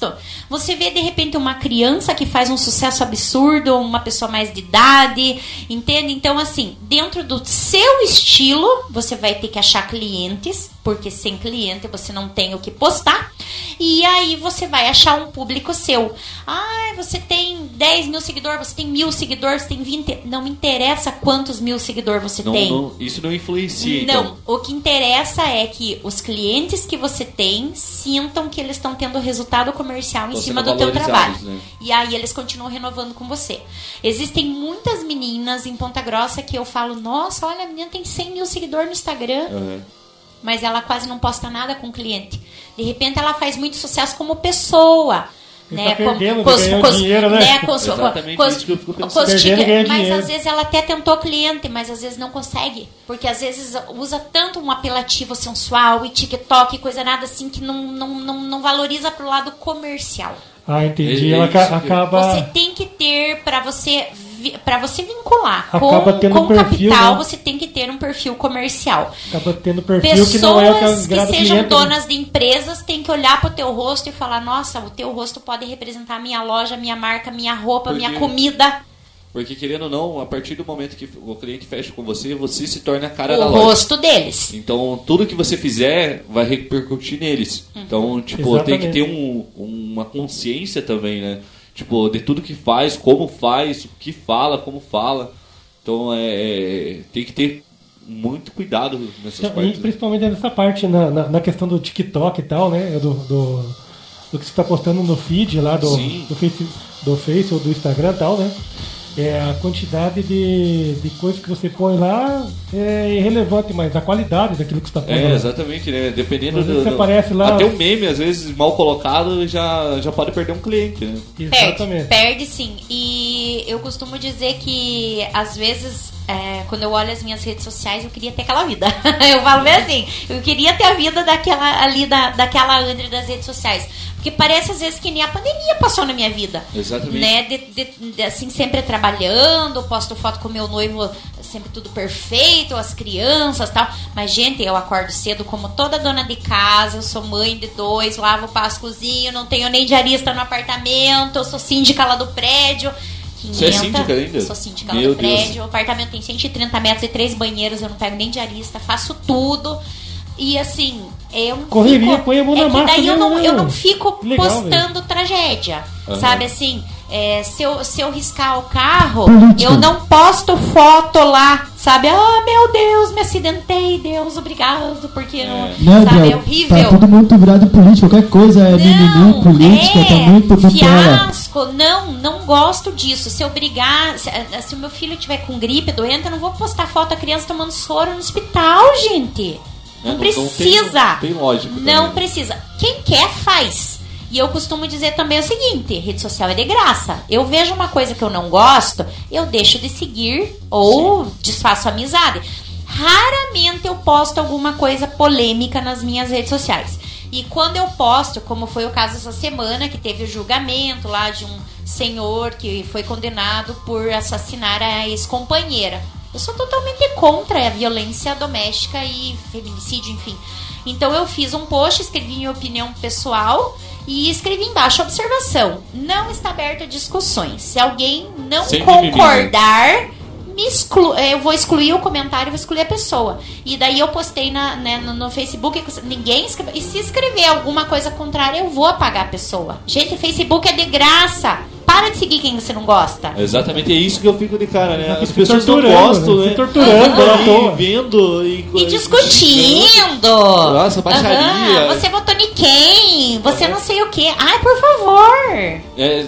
Você vê, de repente, uma criança que faz um sucesso absurdo, uma pessoa mais de idade, entende? Então, assim, dentro do seu estilo, você vai ter que achar clientes, porque sem cliente você não tem o que postar. E aí você vai achar um público seu. Ah, você tem dez mil seguidores, você tem mil seguidores, você tem vinte. Não me interessa quantos mil seguidores você não, tem. Não, isso não influencia, Não, então. o que interessa é que os clientes que você tem sintam que eles estão tendo resultado comercial em Estão cima sendo do teu trabalho. valorizados, né? E aí eles continuam renovando com você. Existem muitas meninas em Ponta Grossa que eu falo, nossa, olha, a menina tem cem mil seguidores no Instagram. Uhum. Mas ela quase não posta nada com o cliente. De repente ela faz muito sucesso como pessoa. Ele Né, tá perdendo com, de ganhar com, dinheiro, né? né? Com, Exatamente com, isso que eu fico pensando. com os Perdendo e tic- ganhando mas dinheiro. às vezes ela até tentou cliente, mas às vezes não consegue. Porque às vezes usa tanto um apelativo sensual e TikTok e coisa nada assim que não, não, não, não valoriza pro lado comercial. Ah, entendi. É- é Ela isso ca- que- acaba... Você tem que ter, para você para você vincular Acaba com, tendo com um perfil, capital, né? você tem que ter um perfil comercial. Acaba tendo perfil Pessoas que não é o que que agrada o sejam cliente, donas de empresas têm que olhar pro teu rosto e falar, nossa, o teu rosto pode representar a minha loja, a minha marca, minha roupa, a minha Porque- comida. Porque, querendo ou não, a partir do momento que o cliente fecha com você, você se torna a cara O da loja. rosto deles. Então, tudo que você fizer vai repercutir neles. Então, tipo, tem que Exatamente. ter um, uma consciência também, né? Tipo, de tudo que faz, como faz, o que fala, como fala. Então, é, tem que ter muito cuidado nessas Então, e partes. principalmente nessa parte, na, na, na questão do TikTok e tal, né? Do, do, do que você está postando no feed lá do, Sim. do, face, do Face ou do Instagram e tal, né? É, a quantidade de, de coisas que você põe lá é irrelevante, mas a qualidade daquilo que você está pondo. É, lá. exatamente, né? Dependendo Às vezes do, você do- aparece lá- Até um meme, às vezes, mal colocado, já, já pode perder um cliente, né? Perde, Exatamente. perde sim. E eu costumo dizer que, às vezes, é, quando eu olho as minhas redes sociais, eu queria ter aquela vida. Eu falo bem assim, eu queria ter a vida daquela ali, da, daquela André das redes sociais. Porque parece, às vezes, que nem a pandemia passou na minha vida. Exatamente. Né? De, de, de, assim, sempre trabalhando, posto foto com meu noivo, sempre tudo perfeito, as crianças e tal. Mas, gente, eu acordo cedo como toda dona de casa, eu sou mãe de dois, lavo, passo, cozinho, não tenho nem diarista no apartamento, eu sou síndica lá do prédio. Você é síndica ainda? Sou síndica Meu lá do Deus. prédio. O apartamento tem cento e trinta metros e três banheiros, eu não pego nem diarista, faço tudo. E assim, eu não Correria, fico, põe a mão é na que massa daí eu mesmo, não, né? eu não fico Legal, postando tragédia. Aham. Sabe assim? É, se, eu, se eu riscar o carro, Política. eu não posto foto lá, sabe? Ah, meu Deus, me acidentei, Deus, obrigado, porque não, Né, sabe? Bel? É horrível. Tá tudo muito virado em política. Qualquer coisa é mimimi, política, é, tá muito butela. fiasco, não, não gosto disso. Se eu brigar, se, se o meu filho tiver com gripe, doente, eu não vou postar foto da criança tomando soro no hospital, gente. É, Não, não- não precisa. tem- não tem lógica Não também, né? precisa. Quem quer, faz. E eu costumo dizer também o seguinte, rede social é de graça. Eu vejo uma coisa que eu não gosto, eu deixo de seguir ou desfaço a amizade. Raramente eu posto alguma coisa polêmica nas minhas redes sociais. E quando eu posto, como foi o caso essa semana, que teve o julgamento lá de um senhor que foi condenado por assassinar a ex-companheira. Eu sou totalmente contra a violência doméstica e feminicídio, enfim. Então eu fiz um post, escrevi minha opinião pessoal e escrevi embaixo a observação. Não está aberto a discussões. Se alguém não Sem mimimi, concordar, me exclu eu vou excluir o comentário, vou excluir a pessoa. E daí eu postei na, né, no, no Facebook, ninguém escreveu. E se escrever alguma coisa contrária, eu vou apagar a pessoa. Gente, o Facebook é de graça. Para de seguir quem você não gosta. Exatamente, é isso que eu fico de cara, né? As Se pessoas não torturando, gostam, né? né? Se torturando Ficam à ali toa. vendo e, E discutindo. Nossa, baixaria. Aham, você votou em quem? Você não sei o quê. Ai, por favor. É,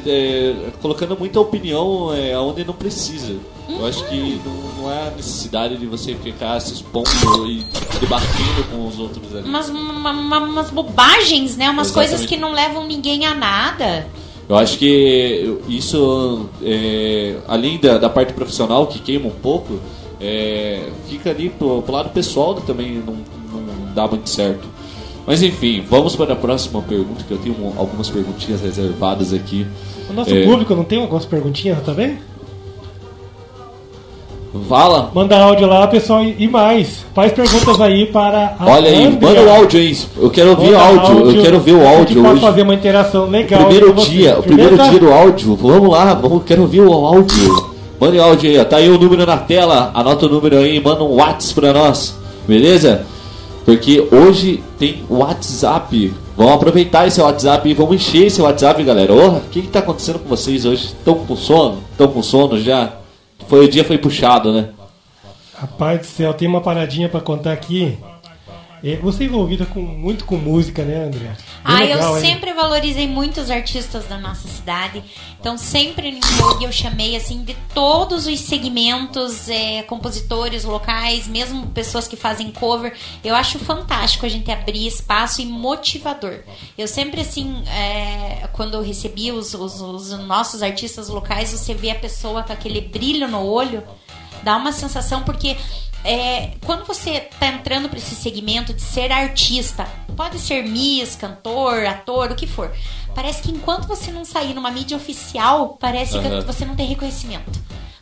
é, colocando muita opinião é, onde não precisa. Eu acho que não, não é a necessidade de você ficar se expondo e debatendo com os outros ali. Umas, uma- uma- umas bobagens, né? Umas Exatamente. coisas que não levam ninguém a nada. Eu acho que isso, é, além da, da parte profissional, que queima um pouco, é, fica ali pro, pro lado pessoal também, não, não dá muito certo. Mas enfim, vamos para a próxima pergunta, que eu tenho um- algumas perguntinhas reservadas aqui. O nosso É. público não tem algumas perguntinhas também? Fala. Manda áudio lá, pessoal, e mais. Faz perguntas aí para a Olha aí, Andrea. manda o áudio aí. Eu quero ouvir o áudio. Eu quero ver o áudio pode hoje. fazer uma interação legal. Primeiro com você. dia, o Firmeza? primeiro dia do áudio. Vamos lá, vamos, quero ouvir o áudio. Manda o áudio aí, ó. Tá aí o número na tela. Anota o número aí, manda um WhatsApp pra nós. Beleza? Porque hoje tem WhatsApp. Vamos aproveitar esse WhatsApp e vamos encher esse WhatsApp, galera. Oh, o que que tá acontecendo com vocês hoje? Estão com sono? Estão com sono já? Foi, o dia foi puxado, né? Rapaz do céu, tem uma paradinha pra contar aqui. É, você é envolvida com, muito com música, né, André? Bem Ah, legal, eu hein? sempre valorizei muito os artistas da nossa cidade. Então, sempre no blog eu chamei, assim, de todos os segmentos, é, compositores locais, mesmo pessoas que fazem cover. Eu acho fantástico a gente abrir espaço e motivador. Eu sempre, assim, é, quando eu recebi os, os, os nossos artistas locais, você vê a pessoa com aquele brilho no olho, dá uma sensação, porque... É, quando você tá entrando para esse segmento de ser artista, pode ser miss, cantor, ator, o que for, parece que enquanto você não sair numa mídia oficial, parece Uhum. que você não tem reconhecimento.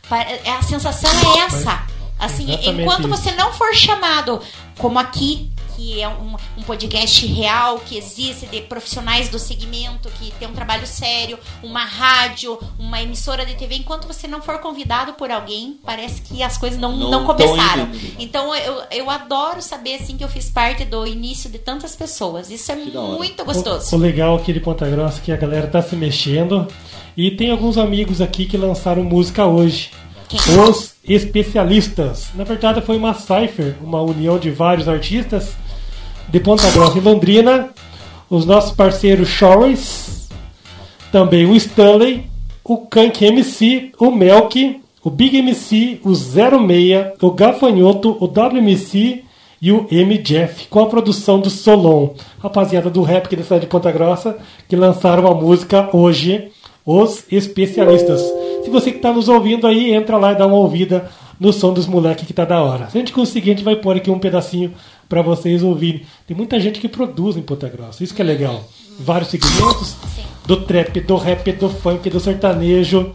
A sensação é essa. Assim, Exatamente enquanto isso. você não for chamado, como aqui, que é um, um podcast real, que existe, de profissionais do segmento, que tem um trabalho sério, uma rádio, uma emissora de T V, enquanto você não for convidado por alguém, parece que as coisas não, Não não tão começaram. indo. Então eu, eu adoro saber, assim, que eu fiz parte do início de tantas pessoas. Isso é Que da hora. muito O, gostoso. o legal aqui de Ponta Grossa é que a galera tá se mexendo. E tem alguns amigos aqui que lançaram música hoje. Quem? Os Especialistas. Na verdade foi uma cipher, uma união de vários artistas de Ponta Grossa e Londrina. Os nossos parceiros Shores, também o Stanley, o Kank M C, o Melk, o Big M C, o zero seis, o Gafanhoto, o W M C e o M Jeff, com a produção do Solon, rapaziada do rap aqui da cidade de Ponta Grossa, que lançaram a música hoje, Os Especialistas. Se você que está nos ouvindo aí, entra lá e dá uma ouvida no som dos moleques que tá da hora. Se a gente conseguir, a gente vai pôr aqui um pedacinho para vocês ouvirem. Tem muita gente que produz em Ponta Grossa, isso que é legal. Vários segmentos, Sim. do trap, do rap, do funk, do sertanejo,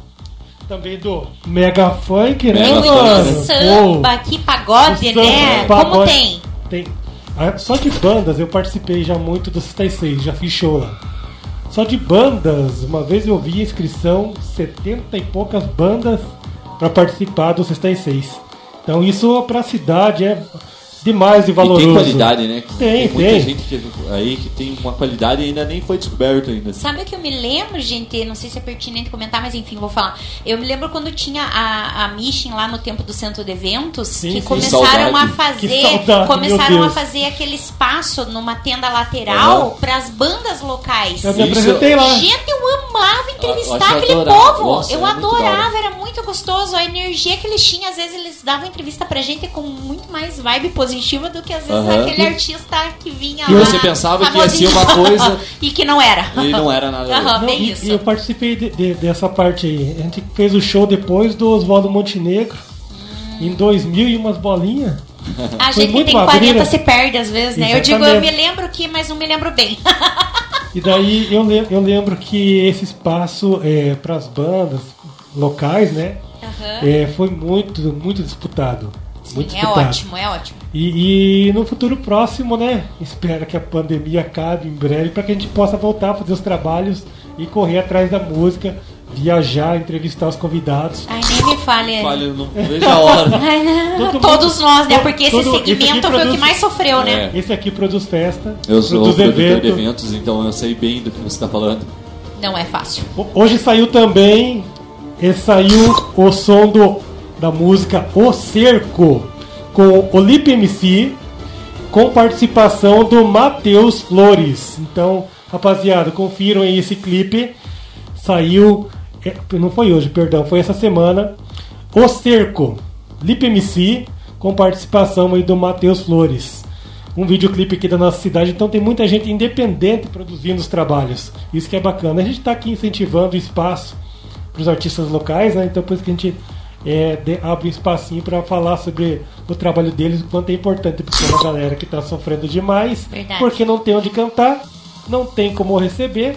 também do mega funk, né, Mega Tem mano? muito Pô, samba, que pagode, O samba, né? pagode. Como tem? Tem. Ah, só de bandas, eu participei já muito do Sexta e Seis, já fiz show lá. Só de bandas, uma vez eu vi a inscrição, setenta e poucas bandas para participar do Sexta e Seis. Então isso pra cidade é demais e E valoroso. tem qualidade, né? Tem, muita tem. gente que, aí que tem uma qualidade e ainda nem foi descoberto ainda. Sabe o que eu me lembro, gente? Não sei se é pertinente comentar, mas enfim, vou falar. Eu me lembro quando tinha a, a Mission lá no tempo do centro de eventos, Sim, que sim. começaram Saudade. a fazer, Que saudade, começaram meu a Deus. fazer aquele espaço numa tenda lateral Uhum. para as bandas locais. Eu me Isso- apresentei lá. Gente, eu amava entrevistar Eu acho aquele adorava. povo. Nossa, eu era muito da adorava, hora. era muito gostoso. A energia que eles tinham, às vezes eles davam entrevista pra gente com muito mais vibe positiva do que às vezes Aham. aquele artista que vinha E lá. você pensava que ia ser famosinho. uma coisa- e que não era. E não era nada. Aham. Não, bem e, isso. e eu participei de- de- dessa parte aí. A gente fez o show depois do Oswaldo Montenegro, em dois mil e umas bolinhas. A Foi gente que muito tem madura. quarenta se perde às vezes, né? Eu digo, eu Exatamente. me lembro que, mas não me lembro bem. E daí eu, le- eu lembro que esse espaço é, para as bandas locais, né? Aham. É, foi muito, muito disputado. Muito Sim, é disputado. ótimo, é ótimo. E, e no futuro próximo, né? Espero que a pandemia acabe em breve para que a gente possa voltar a fazer os trabalhos e correr atrás da música, viajar, entrevistar os convidados. Ai, nem me fale. Olha, eu não vejo a hora. Ai, não. Todo mundo- Todos nós, né? todo- Porque esse todo- esse aqui segmento foi o produz- que mais sofreu, né? É. Esse aqui produz festa, Eu sou produz produtor evento. de eventos, então eu sei bem do que você está falando. Não é fácil. Hoje saiu também, eh, saiu o som do, da música O Cerco, com o Lipe M C, com participação do Matheus Flores. Então, rapaziada, confiram aí esse clipe. Saiu, eh, não foi hoje, perdão, foi essa semana. O Cerco, Lipe M C, com participação aí do Matheus Flores. Um videoclipe aqui da nossa cidade, então tem muita gente independente produzindo os trabalhos. Isso que é bacana. A gente está aqui incentivando o espaço para os artistas locais, né? Então por isso que a gente é, de- abre um espacinho para falar sobre o trabalho deles, o quanto é importante, porque é uma galera que está sofrendo demais, Verdade. porque não tem onde cantar, não tem como receber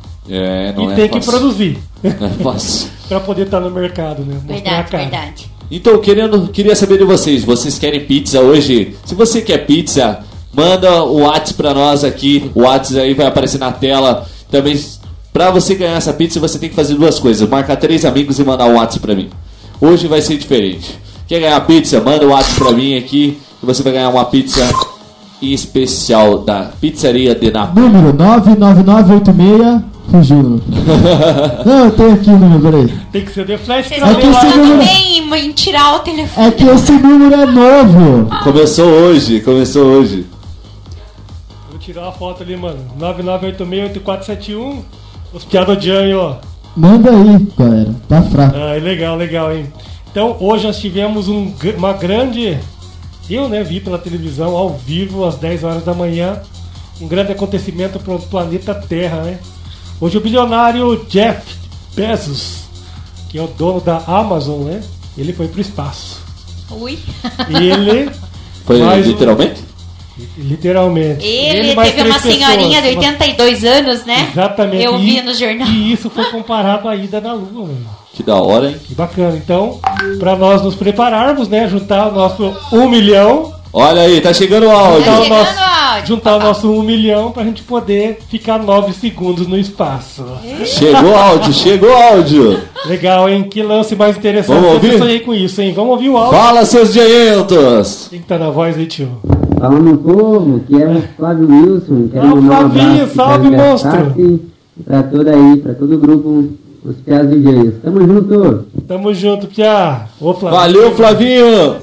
É, não e é tem que fácil. produzir Não é fácil. para poder estar no mercado, né? Mostrar a Verdade, cara. verdade. Então, querendo, queria saber de vocês. Vocês querem pizza hoje? Se você quer pizza, manda o WhatsApp pra nós aqui. O WhatsApp aí vai aparecer na tela. Também, pra você ganhar essa pizza, você tem que fazer duas coisas. Marcar três amigos e mandar um WhatsApp pra mim. Hoje vai ser diferente. Quer ganhar pizza? Manda o WhatsApp pra mim aqui. E você vai ganhar uma pizza especial da Pizzaria de Nápoles. Número nove nove nove oito seis. Fugiu. Não, eu tenho aqui o número, peraí. Tem que ser de flash. Vocês É estão que esse falando número- bem em tirar o telefone. É que esse número é novo. Começou hoje, começou hoje. Vou tirar uma foto ali, mano. nove nove oito seis oito quatro sete um. Os piados de Janho, ó. Manda aí, galera. Tá fraco. Ah, legal, legal, hein? Então, hoje nós tivemos um, gr- uma grande... Eu, né, vi pela televisão, ao vivo, às dez horas da manhã, um grande acontecimento para o planeta Terra, né? Hoje o bilionário Jeff Bezos, que é o dono da Amazon, né? Ele foi pro espaço. Ui. E ele... Foi mais um- literalmente? Literalmente. Ele, mais teve uma três senhorinha de pessoas, oitenta e dois anos, né? Exatamente. Eu E- vi no jornal. E isso foi comparado à ida na Lua, mano. Que da hora, hein? Que bacana. Então, para nós nos prepararmos, né? Juntar o nosso um milhão. Olha aí, tá chegando o áudio. Tá Juntar o chegando nosso, áudio, juntar o papai. nosso um milhão pra gente poder ficar nove segundos no espaço. Chegou o áudio, chegou o áudio. Legal, hein? Que lance mais interessante. Vamos Eu ouvir? sempre sonhei com isso, hein? Vamos ouvir o áudio. Fala, seus diantos. Quem que tá na voz aí, tio? Fala, meu povo, que é o Flávio Wilson. Quero Ah, mandar um Flavinho, abraço salve, pra monstro. Gastafi e pra todo aí, pra todo o grupo, os Piados D Js. Tamo junto! Tamo junto, Pia. Ô, Flávio. Valeu, Flavinho.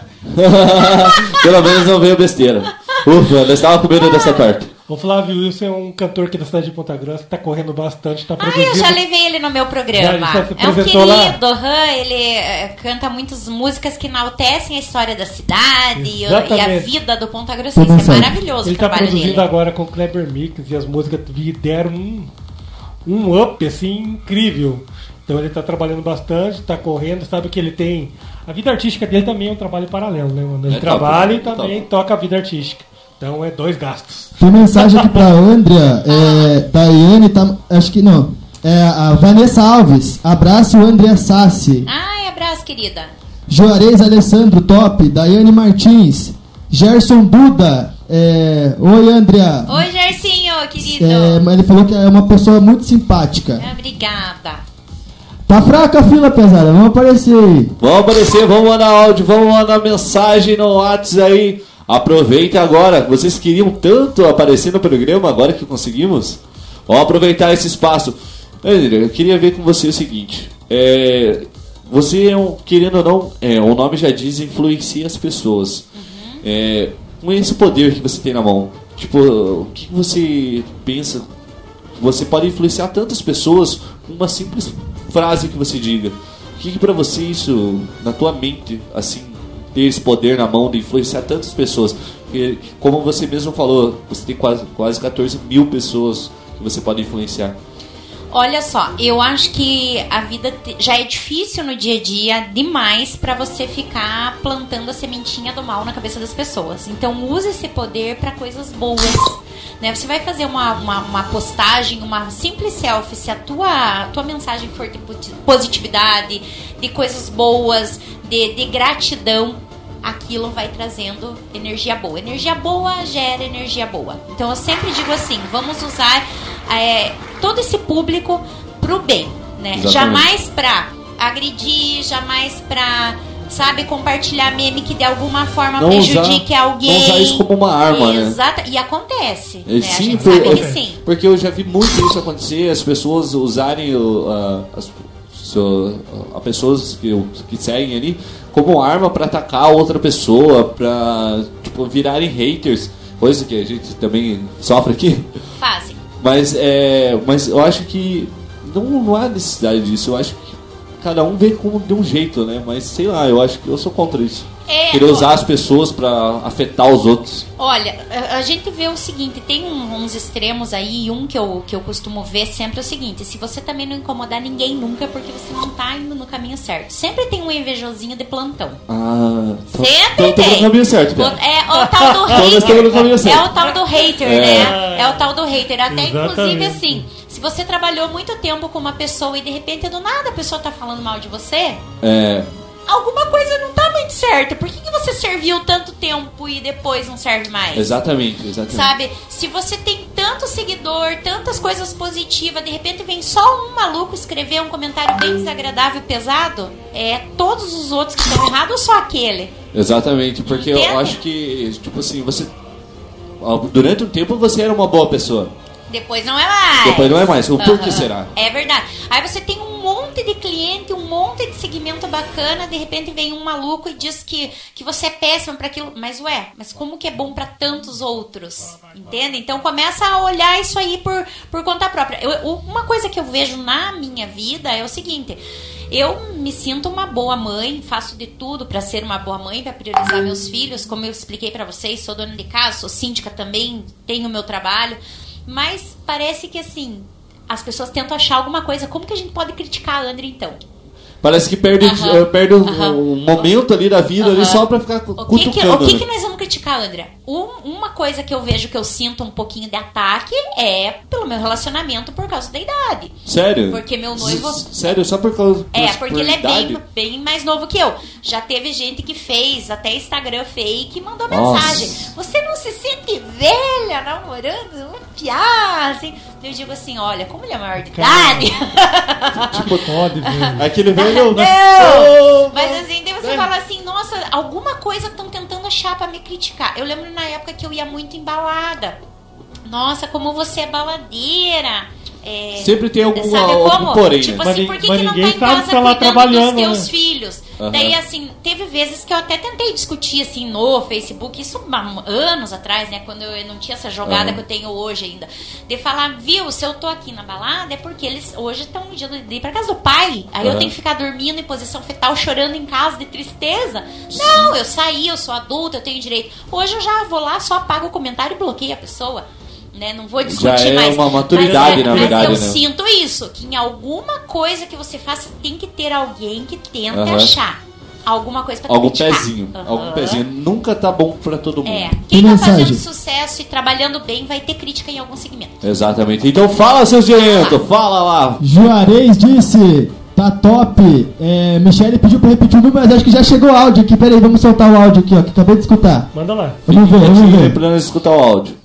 Pelo menos não veio besteira. Ufa, eu estava com medo dessa parte. O Flávio Wilson é um cantor aqui da cidade de Ponta Grossa, que tá correndo bastante, tá Ah, produzindo. eu já levei ele no meu programa. Já, ele já se É um apresentou lá? querido, aham, ele eh, canta muitas músicas que enaltecem a história da cidade e, e a Exatamente. vida do Ponta Grossense. É Produção. maravilhoso Ele o tá trabalho produzindo dele. agora com o Kleber Mix e as músicas vi- deram um, um up assim incrível. Então ele tá trabalhando bastante, tá correndo, sabe que ele tem. A vida artística dele também é um trabalho paralelo, né, mano? Ele É top, trabalha é e também top. toca a vida artística. Então é dois gastos. Tem mensagem aqui pra Andrea, é, Daiane, tá, acho que não. É a Vanessa Alves. Abraço, Andrea Sassi. Ai, abraço, querida. Juarez Alessandro, top. Daiane Martins. Gerson Duda. É, oi, Andrea. Oi, Gersinho, querido. É, mas ele falou que é uma pessoa muito simpática. Obrigada. Tá fraca a fila, pesada. Vamos aparecer aí. Vamos aparecer, vamos mandar áudio, vamos mandar mensagem no WhatsApp aí. Aproveita agora. Vocês queriam tanto aparecer no programa, agora que conseguimos? Vamos aproveitar esse espaço. André, eu queria ver com você o seguinte. É, você, é um, querendo ou não, é, o nome já diz, influencia as pessoas. É, com esse poder que você tem na mão, tipo, o que você pensa que você pode influenciar tantas pessoas com uma simples frase que você diga? O que, que pra você isso, na tua mente, assim, ter esse poder na mão de influenciar tantas pessoas? Porque, como você mesmo falou, você tem quase, quase catorze mil pessoas que você pode influenciar. Olha só, eu acho que a vida te- já é difícil no dia a dia demais pra você ficar plantando a sementinha do mal na cabeça das pessoas. Então use esse poder pra coisas boas. Né? Você vai fazer uma, uma, uma postagem, uma simples selfie, se a tua, a tua mensagem for de posi- positividade, de coisas boas, de, de gratidão, aquilo vai trazendo energia boa. Energia boa gera energia boa. Então eu sempre digo assim, vamos usar é, todo esse público pro bem, né? Exatamente. Jamais pra agredir, jamais pra, sabe, compartilhar meme que de alguma forma Não prejudique usar- alguém. não usar isso como uma arma, né? Exata, e acontece, É, né? A sim, gente por- sabe que sim. Porque eu já vi muito isso acontecer, as pessoas usarem o, a, as, so- a pessoas que, que seguem ali como arma pra atacar outra pessoa, pra tipo, virarem haters, coisa que a gente também sofre aqui. Fazem. Mas, é, mas eu acho que não, não há necessidade disso, eu acho que cada um vê como de um jeito, né? Mas sei lá, eu acho que eu sou contra isso. É, Querer ó, usar as pessoas pra afetar os outros. Olha, a, a gente vê o seguinte, tem um- uns extremos aí, e um que eu, que eu costumo ver sempre é o seguinte, se você também não incomodar ninguém nunca, é porque você não tá indo no caminho certo. Sempre tem um invejosinho de plantão. Ah, tô, Sempre tô, tô tem. no caminho certo, cara. É o tal do Todos estão no caminho hater. certo. É o tal do hater, É. né? É o tal do hater. Até Exatamente. inclusive assim, se você trabalhou muito tempo com uma pessoa e de repente do nada a pessoa tá falando mal de você, É, alguma coisa não tá muito certa. Por que, que você serviu tanto tempo e depois não serve mais? Exatamente, exatamente. Sabe? Se você tem tanto seguidor, tantas coisas positivas, de repente vem só um maluco escrever um comentário bem desagradável, pesado, é todos os outros que estão errados ou só aquele? Exatamente, porque Entende? eu acho que, tipo assim, você... Durante um tempo você era uma boa pessoa. Depois não é mais. Depois não é mais. O por que Aham. será? É verdade. Aí você tem um monte de cliente, um monte de segmento bacana, de repente vem um maluco e diz que, que você é péssimo para aquilo. Mas ué, mas como que é bom para tantos outros? Entende? Então começa a olhar isso aí por, por conta própria. Eu, uma coisa que eu vejo na minha vida é o seguinte... Eu me sinto uma boa mãe, faço de tudo para ser uma boa mãe, para priorizar meus filhos. Como eu expliquei para vocês, sou dona de casa, sou síndica também, tenho meu trabalho. Mas parece que assim, as pessoas tentam achar alguma coisa. Como que a gente pode criticar a André então? Parece que perde, Aham. uh, perde um, Aham. um momento ali da vida Aham. ali só pra ficar O que, cutucando. que, o que, né? que nós vamos criticar, André? Um, uma coisa que eu vejo que eu sinto um pouquinho de ataque é pelo meu relacionamento por causa da idade. Sério? Porque meu noivo... S- Sério, só por causa É, por- porque por ele é idade? bem, bem mais novo que eu. Já teve gente que fez até Instagram fake e mandou Nossa. mensagem. Você não se sente velha namorando um piá, assim? Eu digo assim, olha, como ele é maior de idade... Tipo, pode, velho. Aquele velho... Não! Mas assim, daí você fala assim, nossa, alguma coisa estão tentando achar pra me criticar. Eu lembro na época que eu ia muito em balada. Nossa, como você é baladeira. É, Sempre tem algum, sabe algum como? porém, Tipo né? Mas assim, ni- por que, mas que não tá ninguém em sabe casa se ela cuidando dos trabalhando, teus né? filhos? Aham. Daí, assim, teve vezes que eu até tentei discutir, assim, no Facebook, isso há anos atrás, né? Quando eu não tinha essa jogada Aham. que eu tenho hoje ainda. De falar, viu, se eu tô aqui na balada é porque eles hoje estão de ir pra casa do pai. Aí eu Aham. tenho que ficar dormindo em posição fetal, chorando em casa de tristeza. Não, eu saí, eu sou adulta, eu tenho direito. Hoje eu já vou lá, só apago o comentário e bloqueio a pessoa. Né? Não vou discutir Já é mais. uma maturidade, mas, na mas verdade, eu né? sinto isso, que em alguma coisa que você faça tem que ter alguém que tente Aham. achar alguma coisa pra te Algum criticar. pezinho. Aham. Algum pezinho. Nunca tá bom pra todo mundo. É. Tem Quem tá mensagem. fazendo sucesso e trabalhando bem vai ter crítica em algum segmento. Exatamente. Então fala, seus direitos. Fala lá. Juarez disse, tá top. É, Michele pediu pra repetir o número, mas acho que já chegou o áudio aqui. Pera aí, vamos soltar o áudio aqui, ó, que acabei de escutar. Manda lá. Vamos ver, vamos ver. Pra nós escutar o áudio.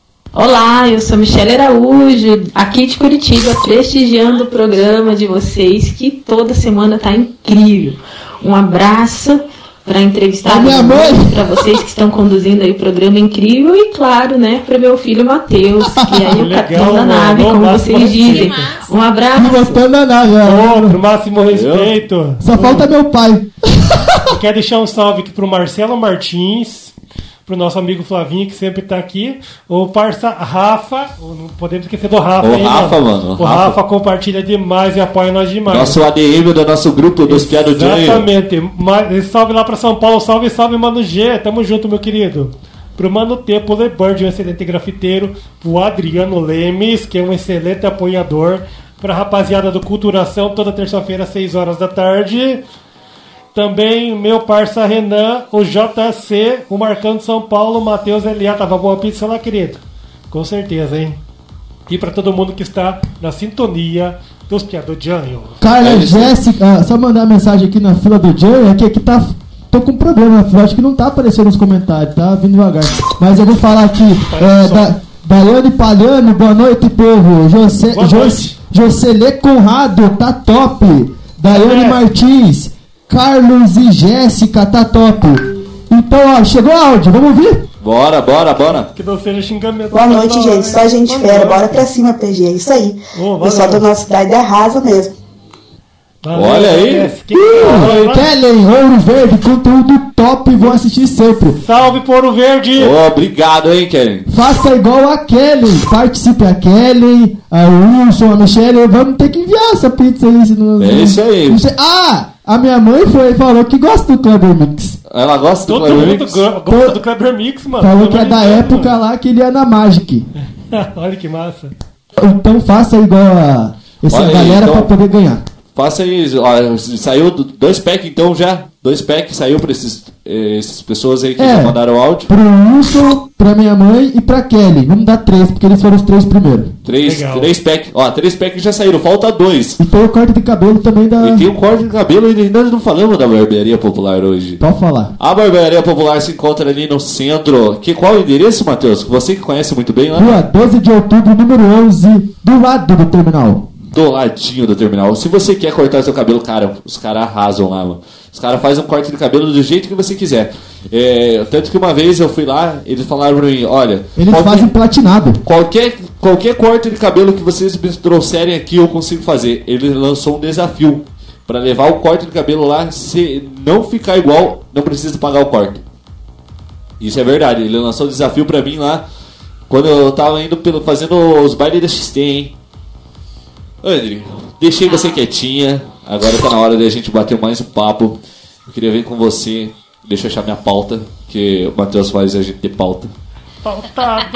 Olá, eu sou Michele Araújo, aqui de Curitiba, prestigiando o programa de vocês, que toda semana tá incrível. Um abraço para entrevistar A minha mãe. para vocês que estão conduzindo aí o programa incrível e, claro, né, para meu filho Matheus, que aí é o Legal, capitão da mano. nave, como Máximo vocês respeito. dizem. Um abraço. Gostando da nave, ó. Outro, máximo respeito. Só falta meu pai. Eu quero deixar um salve aqui pro Marcelo Martins, pro nosso amigo Flavinho, que sempre tá aqui. O parça Rafa, o- não podemos esquecer do Rafa. O aí, Rafa, mano, o O Rafa. Rafa compartilha demais e apoia nós demais. Nosso A D M do nosso grupo dos Piados de Exatamente. Ma- Salve lá pra São Paulo, salve, salve, Mano G. Tamo junto, meu querido. Pro Mano T, pro Lebird, um excelente grafiteiro. Pro Adriano Lemes, que é um excelente apoiador. Pra rapaziada do Culturação, toda terça-feira, às seis horas da tarde. Também meu parça Renan, o J C, o Marcão de São Paulo, o Matheus L A. Tava boa pizza lá, querido? Com certeza, hein? E pra todo mundo que está na sintonia dos Piados de Anjo. Carla É isso. Jéssica, ah, só mandar uma mensagem aqui na fila do Joe, é que aqui tá. Tô com problema na fila, acho que não tá aparecendo nos comentários, tá vindo devagar. Mas eu vou falar aqui. É, da, Daiane Palhano, boa noite, povo. José, Boa Jos, noite. Jocelê Conrado, tá top. Daiane É. Martins, Carlos e Jéssica, tá top. Então, ó, chegou o áudio, vamos ouvir? Bora, bora, bora. Que não seja xingamento. Boa noite, Não, gente. Só gente boa fera. noite. Bora pra cima, P G. É isso aí. Ô, O pessoal valeu. da nossa cidade arrasa mesmo. Valeu, Olha aí. Jess. Que- Uh, Kellen, Ouro Verde, conteúdo top, vou assistir sempre. Salve, Poro Verde! Ô, obrigado, hein, Kellen. Faça igual a Kelly, participe a Kelly, a Wilson, a Michelle, vamos ter que enviar essa pizza aí. Se não, É isso aí. não sei- Ah, a minha mãe foi falou que gosta do Kleber Mix. Ela gosta do Todo Kleber mundo Mix? go- gosta do Kleber Mix, mano. Falou Pelo que é amor da de Deus, época mano. lá que ele ia na Magic. Olha que massa. Então faça igual a essa Olha aí, galera então. pra poder ganhar. Faça aí, ó, saiu do- dois packs então já. Dois packs saiu pra esses, eh, essas pessoas aí que É. já mandaram áudio. Pro Wilson, pra minha mãe e pra Kelly. Vamos dar três, porque eles foram os três primeiros. Três, Legal. três packs. Ó, três packs já saíram, falta dois. E tem o corte de cabelo também da... E tem o corte de cabelo, e ainda não falamos da barbearia popular hoje. Pode falar. A barbearia popular se encontra ali no centro. Que, qual é o endereço, Matheus? Você que conhece muito bem lá. Rua doze de outubro, número onze, do lado do terminal. Do ladinho do terminal. Se você quer cortar seu cabelo, cara, os caras arrasam lá, mano. Os caras fazem um corte de cabelo do jeito que você quiser. É, tanto que uma vez eu fui lá, eles falaram pra mim, olha... Eles qualquer, fazem platinado. qualquer, qualquer corte de cabelo que vocês me trouxerem aqui, eu consigo fazer. Ele lançou um desafio pra levar o corte de cabelo lá. Se não ficar igual, não precisa pagar o corte. Isso é verdade. Ele lançou um desafio pra mim lá, quando eu tava indo pelo, fazendo os bailes da X T, hein? André, deixei você quietinha. Agora tá na hora de a gente bater mais um papo. Eu queria ver com você. Deixa eu achar minha pauta, que o Matheus faz a gente ter pauta. Pautado.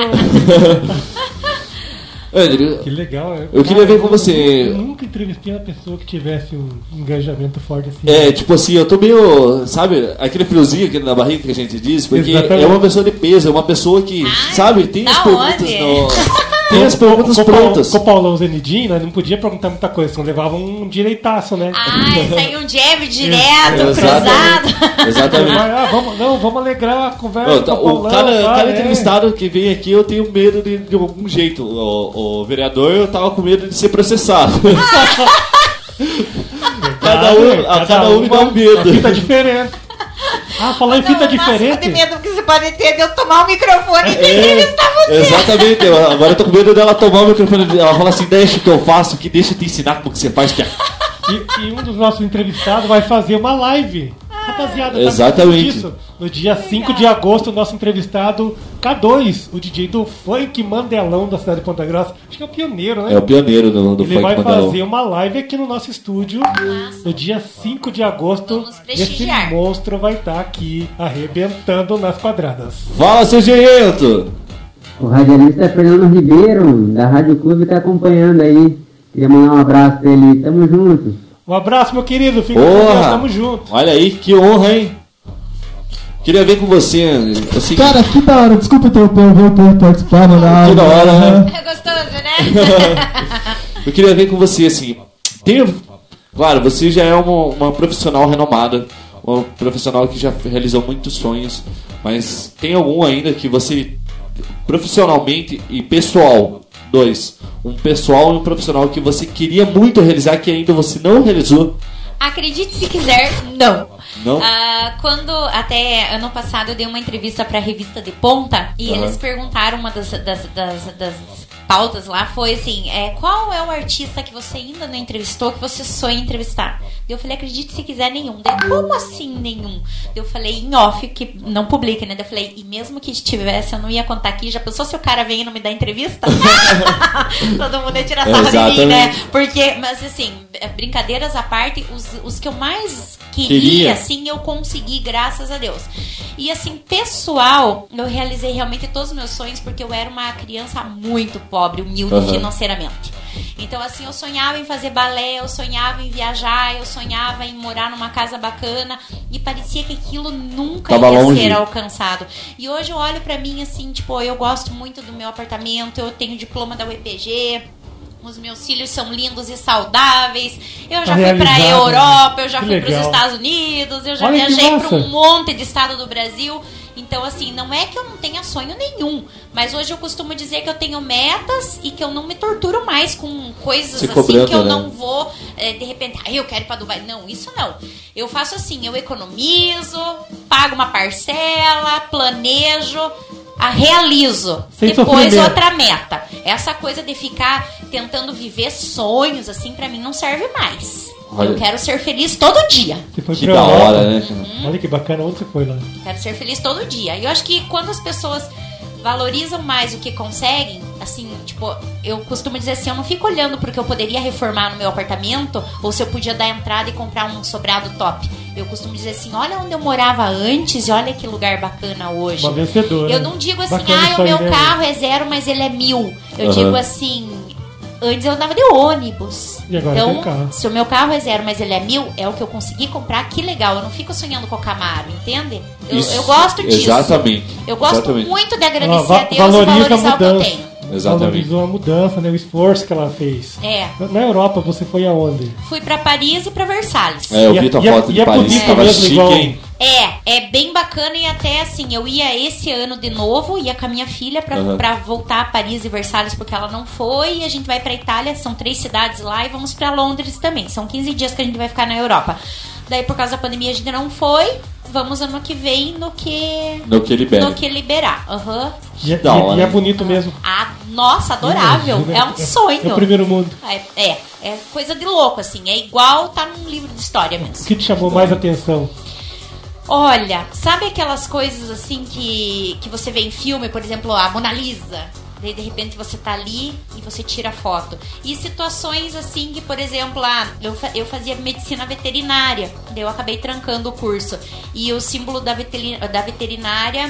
André, Que legal. é. Eu queria ver com você. Eu nunca entrevistei uma pessoa que tivesse um engajamento forte assim. é tipo assim, eu tô meio, sabe, aquele friozinho aqui na barriga que a gente diz, porque Exatamente. é uma pessoa de peso, é uma pessoa que, Ai, sabe, tem da as perguntas onde? no... Tem as perguntas com, com, prontas. Com o Paulão Zenedinho, nós não podia perguntar muita coisa, senão levava um direitaço, né? Ai, saiu um jab direto, Exatamente. cruzado. Exatamente. Ah, vamos, não, vamos alegrar a conversa Não, tá, com o o Paulão. cada, tá, cada é. entrevistado que vem aqui eu tenho medo de, de algum jeito. O, o vereador eu tava com medo de ser processado. cada um, a cada um me dá um Uma medo. fita diferente. Ah, falar em fita Não, nossa, diferente. de medo que você pode ter de eu tomar o microfone e É, entrevistar você. exatamente. Eu- agora eu tô com medo dela tomar o microfone. Ela fala assim: deixa que eu faço, que deixa eu te ensinar como que você faz. Pia. E, e um dos nossos entrevistados vai fazer uma live. Rapaziada, tá Exatamente. sabendo disso? No dia cinco de agosto, o nosso entrevistado K dois, o D J do funk Mandelão da cidade de Ponta Grossa. Acho que é o pioneiro, né? É o pioneiro do, do Ele funk vai Mandelão. fazer uma live aqui no nosso estúdio no dia cinco de agosto. Vamos Esse prestigiar. monstro vai estar aqui arrebentando nas quadradas. Fala, seu gerento! O radialista Fernando Ribeiro, da Rádio Clube, está acompanhando aí. Queria mandar um abraço pra ele. Tamo junto. Um abraço, meu querido. Fica com Deus, Porra! tamo junto. Olha aí, que honra, hein? Queria ver com você. Assim, Cara, que da hora. Desculpa interromper, eu vou poder participar, mano. Que da hora, né? É gostoso, né? eu queria ver com você, assim. Tem, claro, você já é uma, uma profissional renomada, uma profissional que já realizou muitos sonhos, mas tem algum ainda que você, profissionalmente e pessoal, dois, um pessoal e um profissional que você queria muito realizar que ainda você não realizou? Acredite se quiser, não. Não? Ah, quando, até ano passado, eu dei uma entrevista pra revista De Ponta e Aham. eles perguntaram, uma das, das, das, das pautas lá foi assim, é, qual é o artista que você ainda não entrevistou, que você sonha entrevistar? Eu falei, acredite se quiser, nenhum. Daí, como assim nenhum? Eu falei, em off, que não publica, né? Daí eu falei, e mesmo que tivesse, eu não ia contar aqui. Já pensou se o cara vem e não me dá entrevista? Todo mundo ia tirar sarro de mim, né? Porque, mas assim, brincadeiras à parte, os, os que eu mais queria, Queria. assim, eu consegui, graças a Deus. E assim, pessoal, eu realizei realmente todos os meus sonhos, porque eu era uma criança muito pobre, humilde Uhum. financeiramente. Então, assim, eu sonhava em fazer balé, eu sonhava em viajar, eu sonhava em morar numa casa bacana e parecia que aquilo nunca Tava ia longe. ser alcançado. E hoje eu olho pra mim assim, tipo, eu gosto muito do meu apartamento, eu tenho diploma da U E P G, os meus filhos são lindos e saudáveis, eu já Tá fui pra realizado, Europa, eu já que fui pros legal. Estados Unidos, eu já Olha que viajei pra massa. um monte de estado do Brasil. Então, assim, não é que eu não tenha sonho nenhum, mas hoje eu costumo dizer que eu tenho metas e que eu não me torturo mais com coisas Se assim cobrando, que eu né? não vou, é, de repente, ah, eu quero ir pra Dubai. Não, isso não. Eu faço assim, eu economizo, pago uma parcela, planejo, a realizo. Sem Depois sofrimento. outra meta. Essa coisa de ficar tentando viver sonhos, assim, pra mim não serve mais. Olha. Eu quero ser feliz todo dia. Você foi Que pra da Europa. hora, né? cara? Olha que bacana, onde você foi lá? Quero ser feliz todo dia. E eu acho que quando as pessoas valorizam mais o que conseguem, assim, tipo, eu costumo dizer assim, eu não fico olhando pro que eu poderia reformar no meu apartamento, ou se eu podia dar entrada e comprar um sobrado top. Eu costumo dizer assim, olha onde eu morava antes e olha que lugar bacana hoje. Uma vencedora. Eu não digo assim, Bacana ah, isso o aí, meu né? carro é zero, mas ele é mil. Eu Aham. digo assim, Antes eu andava de ônibus. E agora então, tem carro. se o meu carro é zero, mas ele é mil, é o que eu consegui comprar, que legal. Eu não fico sonhando com o Camaro, entende? Eu, Isso, eu gosto disso. Exatamente. Eu gosto exatamente. muito de agradecer Ela va- a Deus e valoriza a valorizar o que eu mudança. tenho. Exatamente. Valorizou a mudança, né? O esforço que ela fez. É. Na- Na Europa, você foi aonde? Fui pra Paris e pra Versalhes. É, eu E vi é- tua e é- foto e de é Paris, bonito tava mesmo, chique, igual- hein? É, é bem bacana e até assim, eu ia esse ano de novo, ia com a minha filha pra, Uhum. pra voltar a Paris e Versalhes porque ela não foi, e a gente vai pra Itália, são três cidades lá, e vamos pra Londres também, são quinze dias que a gente vai ficar na Europa. Daí por causa da pandemia a gente não foi, vamos ano que vem no que, No que libera. no que liberar. Aham. E, é- Da e é- hora. e é bonito mesmo. Ah, nossa, adorável, Imagina, é um sonho. É o primeiro mundo. É, é, é coisa de louco, assim, é igual tá num livro de história mesmo. O que te chamou mais atenção? Olha, sabe aquelas coisas assim que, que você vê em filme, por exemplo, a Mona Lisa? Daí de repente você tá ali e você tira foto. E situações assim que, por exemplo, ah, eu, fa- eu fazia medicina veterinária, daí eu acabei trancando o curso. E o símbolo da, veteri- da veterinária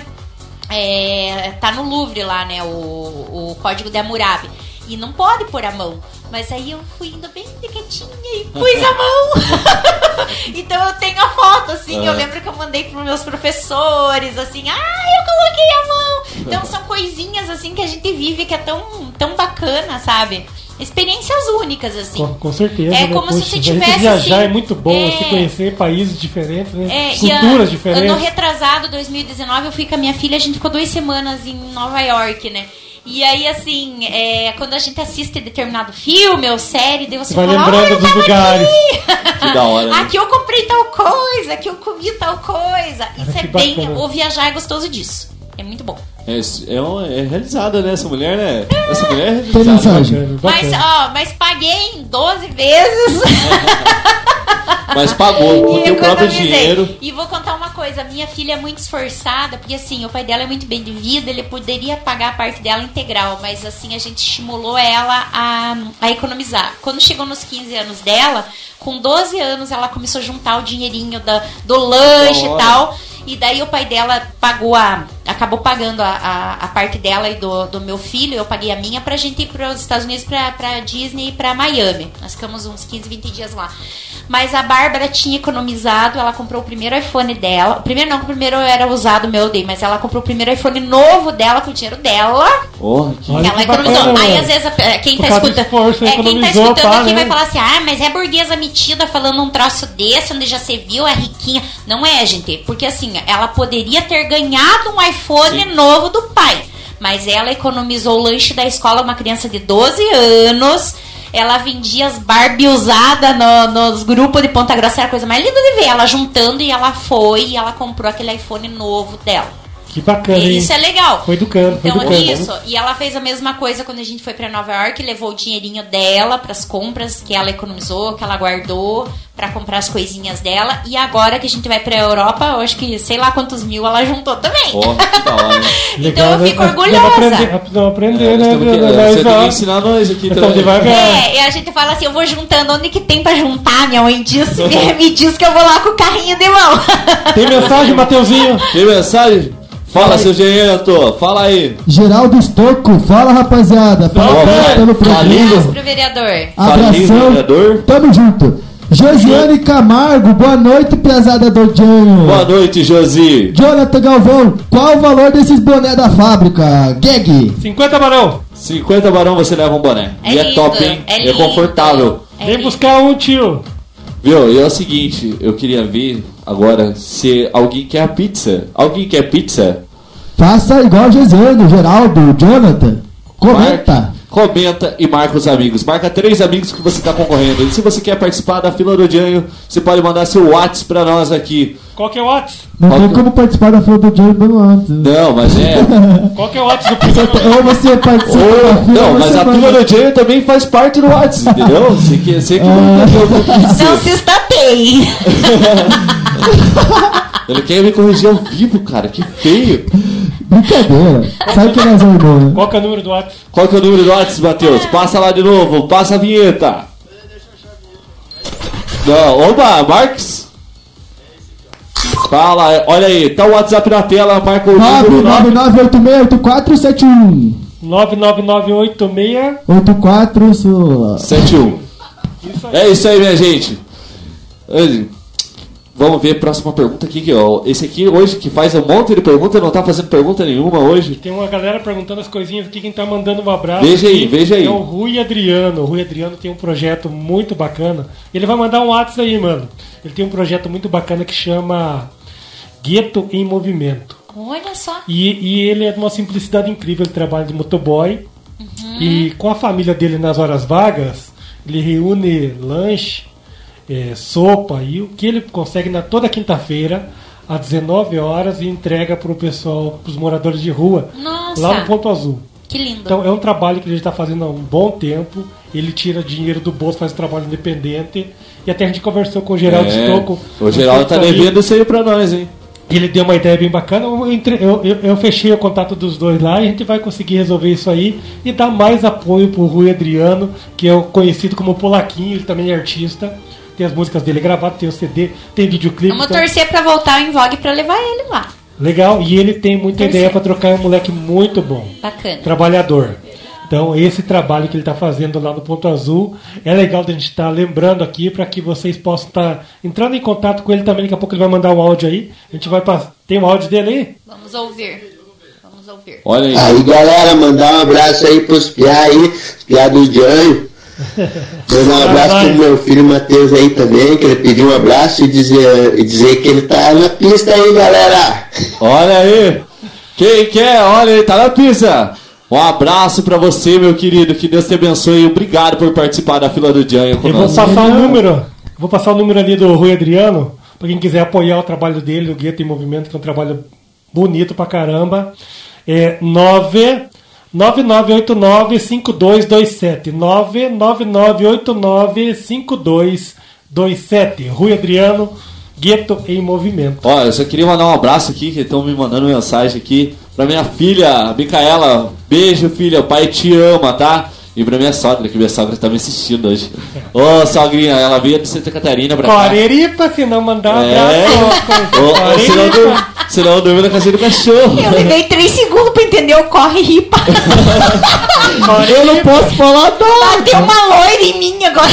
é, tá no Louvre lá, né? O, o código de Hammurabi. E não pode pôr a mão. Mas aí eu fui indo bem de quietinha e pus a mão. Então eu tenho a foto, assim. Eu Ah. lembro que eu mandei pros meus professores, assim. Ah, eu coloquei a mão. Então são coisinhas, assim, que a gente vive que é tão, tão bacana, sabe? Experiências únicas, assim. Com, com certeza, É né? como se Poxa, você a gente tivesse, viajar assim, é muito bom, é- você conhecer países diferentes, né? É, Culturas e a, diferentes. ano retrasado, dois mil e dezenove, eu fui com a minha filha, a gente ficou duas semanas em Nova York, né? E aí, assim, é, quando a gente assiste determinado filme ou série, daí você, Você vai fala, lembrando "Ah, eu dos tava lugares." aqui." Que da hora, né? Aqui eu comprei tal coisa, aqui eu comi tal coisa. Isso que é bem... bacana. O viajar é gostoso disso. É muito bom. É, é, uma- é realizada, né? Essa mulher, né? Essa mulher é Tem realizada. mensagem. Bacana, Mas, bacana. ó, mas paguei em doze vezes. Mas pagou com o E teu próprio economizei. dinheiro. E vou contar uma coisa, minha filha é muito esforçada, porque assim, o pai dela é muito bem de vida, ele poderia pagar a parte dela integral, mas assim, a gente estimulou ela a, a economizar. Quando chegou nos quinze anos dela, com doze anos ela começou a juntar o dinheirinho da, do lanche Da e hora. tal. E daí o pai dela pagou a. Acabou pagando a, a, a parte dela e do, do meu filho, eu paguei a minha pra gente ir para os Estados Unidos, pra, pra Disney e pra Miami. Nós ficamos uns quinze, vinte dias lá. Mas a Bárbara tinha economizado, ela comprou o primeiro iPhone dela. O primeiro não, o primeiro era usado, meu, eu dei, mas ela comprou o primeiro iPhone novo dela com o dinheiro dela. Oh, que... Olha Ela que economizou. bacana, Aí mano. às vezes a- quem Por tá causa do escutando, esforço, é, quem tá economizou, escutando pá, aqui né? vai falar assim: "Ah, mas é burguesa metida falando um troço desse, onde já se viu, é riquinha". Não é, gente, porque assim, ela poderia ter ganhado um iPhone Sim. novo do pai, mas ela economizou o lanche da escola, uma criança de doze anos. Ela vendia as Barbie usadas no, nos grupos de Ponta Grossa, era a coisa mais linda de ver. Ela juntando e ela foi e ela comprou aquele iPhone novo dela. Que bacana, hein? E isso é legal. Foi educando, foi Então, educando. isso. E ela fez a mesma coisa quando a gente foi pra Nova York, levou o dinheirinho dela pras compras que ela economizou, que ela guardou pra comprar as coisinhas dela. E agora que a gente vai pra Europa, eu acho que sei lá quantos mil ela juntou também. Oh, que da hora, né? Então eu né? fico Precisamos orgulhosa. aprender, precisamos aprender, É, nós né? temos que- Nós, você tem ó, que ensinar nós aqui então, também. devagar. É, e a gente fala assim, eu vou juntando onde que tem pra juntar, minha mãe disse, me diz que eu vou lá com o carrinho de mão. Tem mensagem, Mateuzinho? Tem mensagem? Fala, seu gerento. Fala aí. Geraldo Estocco, fala rapaziada. Parabéns vai. pelo Fala, programa. Abraço pro vereador. Falinho, Abração. vereador. Tamo junto. Josiane Camargo, boa noite, piazada do Janho. Boa noite, Josi. Jonathan Galvão, qual o valor desses boné da fábrica? Gag. cinquenta barão. cinquenta barão você leva um boné. É e é lindo, top, hein? é É, lindo. confortável. É Vem lindo. buscar um, tio. Viu? E é o seguinte, eu queria ver agora se alguém quer a pizza. Alguém quer pizza? Faça igual Josiane, Geraldo, Jonathan. Comenta. Marque, comenta e marca os amigos. Marca três amigos que você está concorrendo. E se você quer participar da fila do Janho, você pode mandar seu WhatsApp pra nós aqui. Qual que é o WhatsApp? Não Qual tem que- como participar da fila do Janho dando antes. Não, mas é. Qual que é o WhatsApp do Você programa? tem- Ou você participa da Ou, fila, não, ou mas você a manda. fila do Janho também faz parte do WhatsApp, entendeu? Você que, você que não entendeu o que eu quis Não dizer. se estapeie. Ele quer me corrigir ao vivo, cara. Que feio. Brincadeira. Sabe que nós vamos embora. Qual que é o número do WhatsApp? Qual que é o número do WhatsApp, Matheus? Passa lá de novo. Passa a vinheta. Não, oba, Marques. Fala, olha aí. Tá o WhatsApp na tela. Marca o nove número nove nove. nove oito seis oito quatro sete um. nove nove nove oito seis oito quatro sua... sete um. Isso aí. É isso aí, minha gente. Vamos ver a próxima pergunta aqui. Que, ó, esse aqui hoje que faz um monte de pergunta, não tá fazendo pergunta nenhuma hoje. Tem uma galera perguntando as coisinhas aqui, quem tá mandando um abraço. Veja aí, aqui veja aí. É o Rui Adriano. O Rui Adriano tem um projeto muito bacana. Ele vai mandar um WhatsApp aí, mano. Ele tem um projeto muito bacana que chama Gueto em Movimento. Olha só. E, e ele é de uma simplicidade incrível. Ele trabalha de motoboy. Uhum. E com a família dele nas horas vagas, ele reúne lanche, é, sopa e o que ele consegue na toda quinta-feira às dezenove horas e entrega para o pessoal, para os moradores de rua. Nossa. Lá no Ponto Azul. Que lindo. Então é um trabalho que ele está fazendo há um bom tempo. Ele tira dinheiro do bolso, faz um trabalho independente. E até a gente conversou com o Geraldo É, Stocco. o Geraldo tá devendo isso aí pra nós, hein? Ele deu uma ideia bem bacana. Eu, entre, eu, eu, eu fechei o contato dos dois lá e a gente vai conseguir resolver isso aí e dar mais apoio pro Rui Adriano, que é o conhecido como Polaquinho. Ele também é artista. Tem as músicas dele gravadas, tem o C D, tem videoclipe. Vamos então... torcer pra voltar em Vogue pra levar ele lá. Legal, e ele tem muita Torcer. ideia pra trocar. É um moleque muito bom. Bacana. Trabalhador. Então, esse trabalho que ele está fazendo lá no Ponto Azul é legal da gente estar tá lembrando aqui para que vocês possam estar tá entrando em contato com ele também. Daqui a pouco ele vai mandar um áudio aí. A gente vai passar. Tem um áudio dele aí? Vamos ouvir. Vamos ouvir. Olha aí. Aí, galera, mandar um abraço aí pros piá aí, os piá do Janho. Mandar um abraço pro meu filho Matheus aí também, que ele pediu um abraço e dizer, e dizer que ele tá na pista aí, galera. Olha aí. Quem quer? Olha aí, tá na pista. Um abraço pra você, meu querido. Que Deus te abençoe. Obrigado por participar da fila do Janho. Eu vou passar o número. Vou passar o número ali do Rui Adriano, pra quem quiser apoiar o trabalho dele, o Gueto em Movimento, que é um trabalho bonito pra caramba. É nove nove oito nove cinco dois dois sete. nove nove oito nove cinco dois dois sete. Rui Adriano, Gueto em Movimento. Ó, eu só queria mandar um abraço aqui, que estão me mandando mensagem aqui. Pra minha filha, Micaela, beijo, filha, o pai te ama, tá? E pra minha sogra, que minha sogra tá me assistindo hoje. Ô, oh, sogrinha, ela veio de Santa Catarina pra cá. Coreripa, se não mandar um é. abraço. Se não, dorme, se não dorme na casinha do cachorro. Eu levei três segundos pra entender o corre ripa. Eu não posso falar nada. Bateu uma loira em mim agora.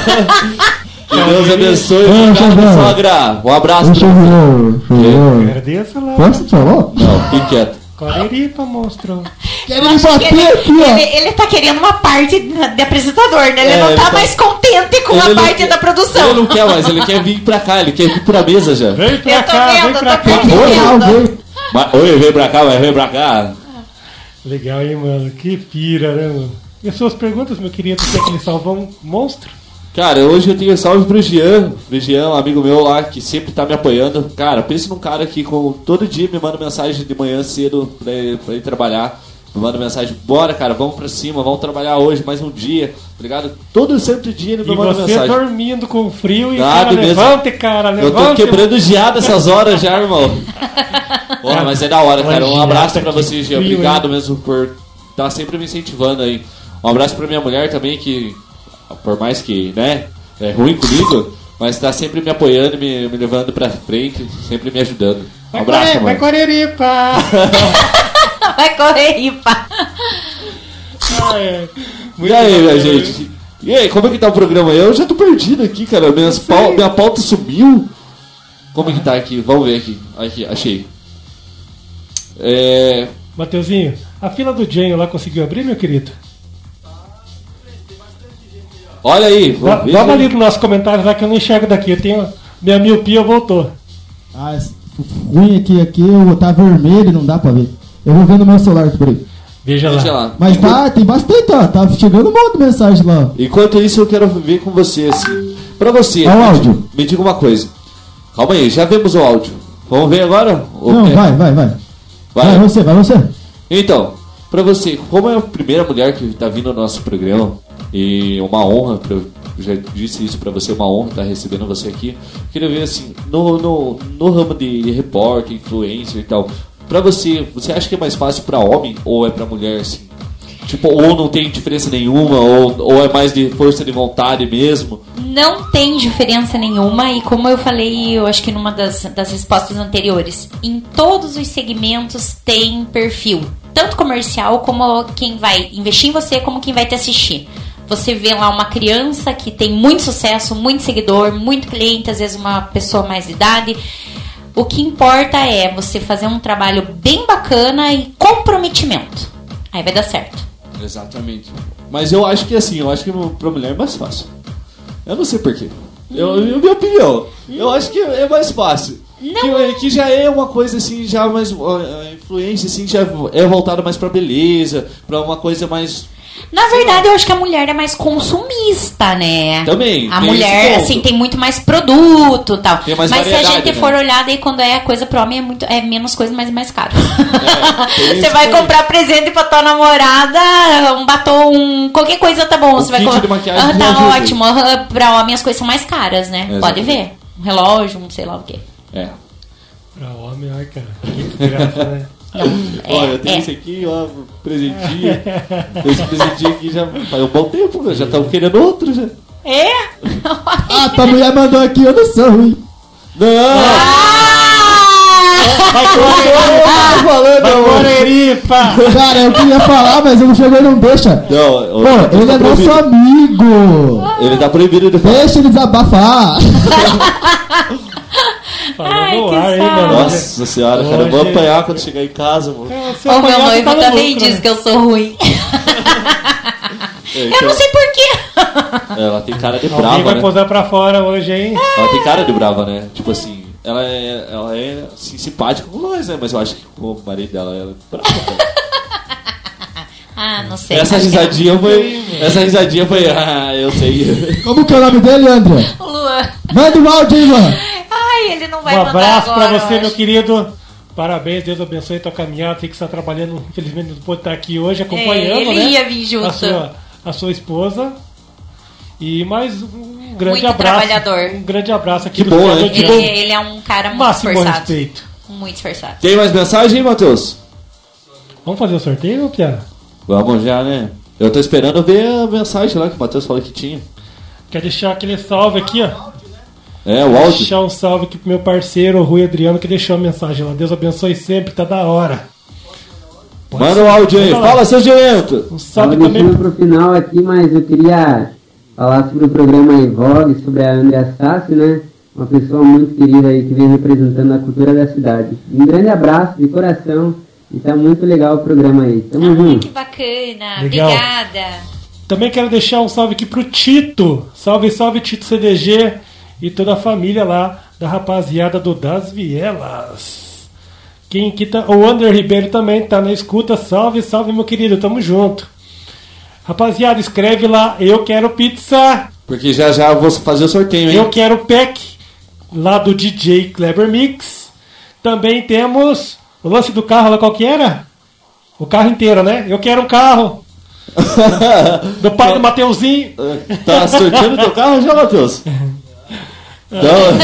Que Deus abençoe. Obrigado, sogra. Um abraço pra você. Agradeça lá. Posso falar? Não, fique quieto. Coreripa, monstro. Eu acho que ele, ele, ele tá querendo uma parte de apresentador, né? Ele É, não tá ele tá- mais contente com Ele a não parte quer- da produção. Ele não quer mais, ele quer vir pra cá, ele quer vir pra mesa já. Vem pra Eu tô cá, vendo, vem eu pra tô cá. percebendo. Mas, oi, vem pra cá, mas vem pra cá. Legal, hein, mano? Que pira, né, mano? E as suas perguntas, meu querido? Você quer que ele salvar um monstro? Cara, hoje eu tenho salve pro Jean, pro Jean, um amigo meu lá, que sempre tá me apoiando. Cara, pense num cara que com, todo dia me manda mensagem de manhã cedo pra ir, pra ir trabalhar. Me manda mensagem, bora cara, vamos pra cima, vamos trabalhar hoje mais um dia, tá ligado? Todo santo dia ele me E manda você mensagem. dormindo com frio e Nada cara, mesmo. levante, cara, Eu tô levante. quebrando geada essas horas já, irmão. Porra, mas é da hora, cara. Um abraço pra Geada, você, que Jean. frio, Obrigado mesmo por estar sempre me incentivando aí. Um abraço pra minha mulher também, que por mais que, né, é ruim comigo, mas tá sempre me apoiando, me, me levando pra frente, sempre me ajudando. Um Vai abraço, correr, vai mano. correripa. Vai correr ripa. Ah, é. Muito E aí, minha bacana, gente? E aí, como é que tá o programa aí? Eu já tô perdido aqui, cara. Minhas pau- minha pauta sumiu. Como é que tá aqui? Vamos ver aqui. Aqui, achei. É... Mateuzinho, a fila do Janho lá conseguiu abrir, meu querido? Olha aí. Dá, vamos ver dá uma se- lida nos nossos comentários lá que eu não enxergo daqui. Eu tenho, minha miopia voltou. Ah, esse ruim aqui, aqui, eu tá vermelho, não dá pra ver. Eu vou ver no meu celular por aí. Veja lá. Deixa lá. Mas tá, tem bastante, ó. Tá chegando um monte de mensagem lá. Enquanto isso, eu quero ver com você, assim. Pra você, Olha o me áudio. diga- me diga uma coisa. Calma aí, já vemos o áudio. Vamos ver agora? Ou Não, quer- vai, vai, vai. Vai. Vai você, vai você. Então, pra você, como é a primeira mulher que tá vindo no nosso programa, e uma honra, pra, eu já disse isso pra você, uma honra estar recebendo você aqui, queria ver assim, no, no, no ramo de repórter, influencer e tal, pra você, você acha que é mais fácil pra homem ou é pra mulher, assim? Tipo, ou não tem diferença nenhuma, ou, ou é mais de força de vontade mesmo? Não tem diferença nenhuma e como eu falei, eu acho que numa das, das respostas anteriores, em todos os segmentos tem perfil. tanto comercial como quem vai investir em você, como quem vai te assistir. Você vê lá uma criança que tem muito sucesso, muito seguidor, muito cliente, às vezes uma pessoa mais de idade. O que importa é você fazer um trabalho bem bacana e comprometimento. Aí vai dar certo. Exatamente. Mas eu acho que assim, eu acho que pra mulher é mais fácil. Eu não sei porquê. Eu, eu, minha opinião. Eu acho que é mais fácil. Que, que já é uma coisa assim, já mais. A influência assim, já é voltada mais pra beleza, pra uma coisa mais. Na verdade, eu acho que a mulher é mais consumista, né? Também. A mulher, assim, tem muito mais produto e tal. Tem mais mas se a gente né? for olhar, daí quando é coisa pro homem, é, muito, é menos coisa, mas é mais caro. É, você vai também. comprar presente pra tua namorada, um batom, um, qualquer coisa tá bom. O você vai kit comprar. de maquiagem Ah, me tá ajuda. ótimo. Ah, pra homem as coisas são mais caras, né? Exatamente. Pode ver. Um relógio, um sei lá o quê. É. Pra homem, ai, cara. Que desgraça, né? Não, é, Olha, eu tenho é. esse aqui, ó, presentinho. Esse presentinho aqui já faz um bom tempo, já estamos querendo outro já. É? Ah, tua mulher mandou aqui, eu não sou ruim. Não! Vai Ah, falando, Vai, amor. Coreripa! Cara, eu queria falar, mas eu não chegou e não deixa. Não, Pô, ele é nosso amigo. Ele tá proibido de falar. Deixa ele desabafar. Falando Ai, no que ar, hein, saco. mano? Nossa senhora, cara, eu vou Hoje- apanhar quando chegar em casa, mano. Você O meu apanhar, você noivo tá no também lucro, diz né? que eu sou ruim. É, Eu então, não sei porquê. Ela tem cara de Alguém brava, vai né? posar pra fora hoje, hein? Ela tem cara de brava, né? Tipo assim, ela é, ela é assim, simpática com nós, né? Mas eu acho que o marido dela é bravo, cara. Ah, não sei. Essa acho que é risadinha foi. Essa risadinha foi. Ah, eu sei. Como que é o nome dele, André? O Luan. Manda um áudio aí, mano. Ai, ele não vai Um mandar abraço agora, pra você, eu meu acho. querido. Parabéns, Deus abençoe a tua caminhada. Sei que você está trabalhando, infelizmente não pode estar aqui hoje acompanhando, É, ele né? ia vir junto. A sua, a sua esposa. E mais um grande Muito abraço. trabalhador. Um grande abraço aqui Que do bom, Criador né? de Ele, Bom. ele é um cara muito Máximo esforçado. respeito. Muito esforçado. Tem mais mensagem, Matheus? Vamos fazer o sorteio, meu Piara? Vamos já, né? Eu tô esperando ver a mensagem lá que o Matheus falou que tinha. Quer deixar aquele salve aqui, ó? É, o áudio. Deixar um salve aqui pro meu parceiro, o Rui Adriano, que deixou a mensagem lá. Deus abençoe sempre, tá da hora. Pode Manda ser. o áudio aí. Manda lá. Fala, seu gerente. Um Estava salve também. deixando pro final aqui, mas eu queria falar sobre o programa Evogue, sobre a Andrea Sassi, né? Uma pessoa muito querida aí que vem representando a cultura da cidade. Um grande abraço de coração e tá muito legal o programa aí. Tamo Ai, junto. que bacana. Legal. Obrigada. Também quero deixar um salve aqui pro Tito. Salve, salve, Tito C D G e toda a família lá da rapaziada do Das Vielas. Quem aqui tá, o André Ribeiro também tá na escuta. Salve, salve, meu querido, tamo junto. Rapaziada, escreve lá, eu quero pizza, Porque já já eu vou fazer o sorteio, hein? eu quero pack, lá do D J Kleber Mix. Também temos o lance do carro lá, qual que era? O carro inteiro, né? Eu quero um carro. Do pai do Mateuzinho. Tá sorteando teu carro já, Matheus? Então,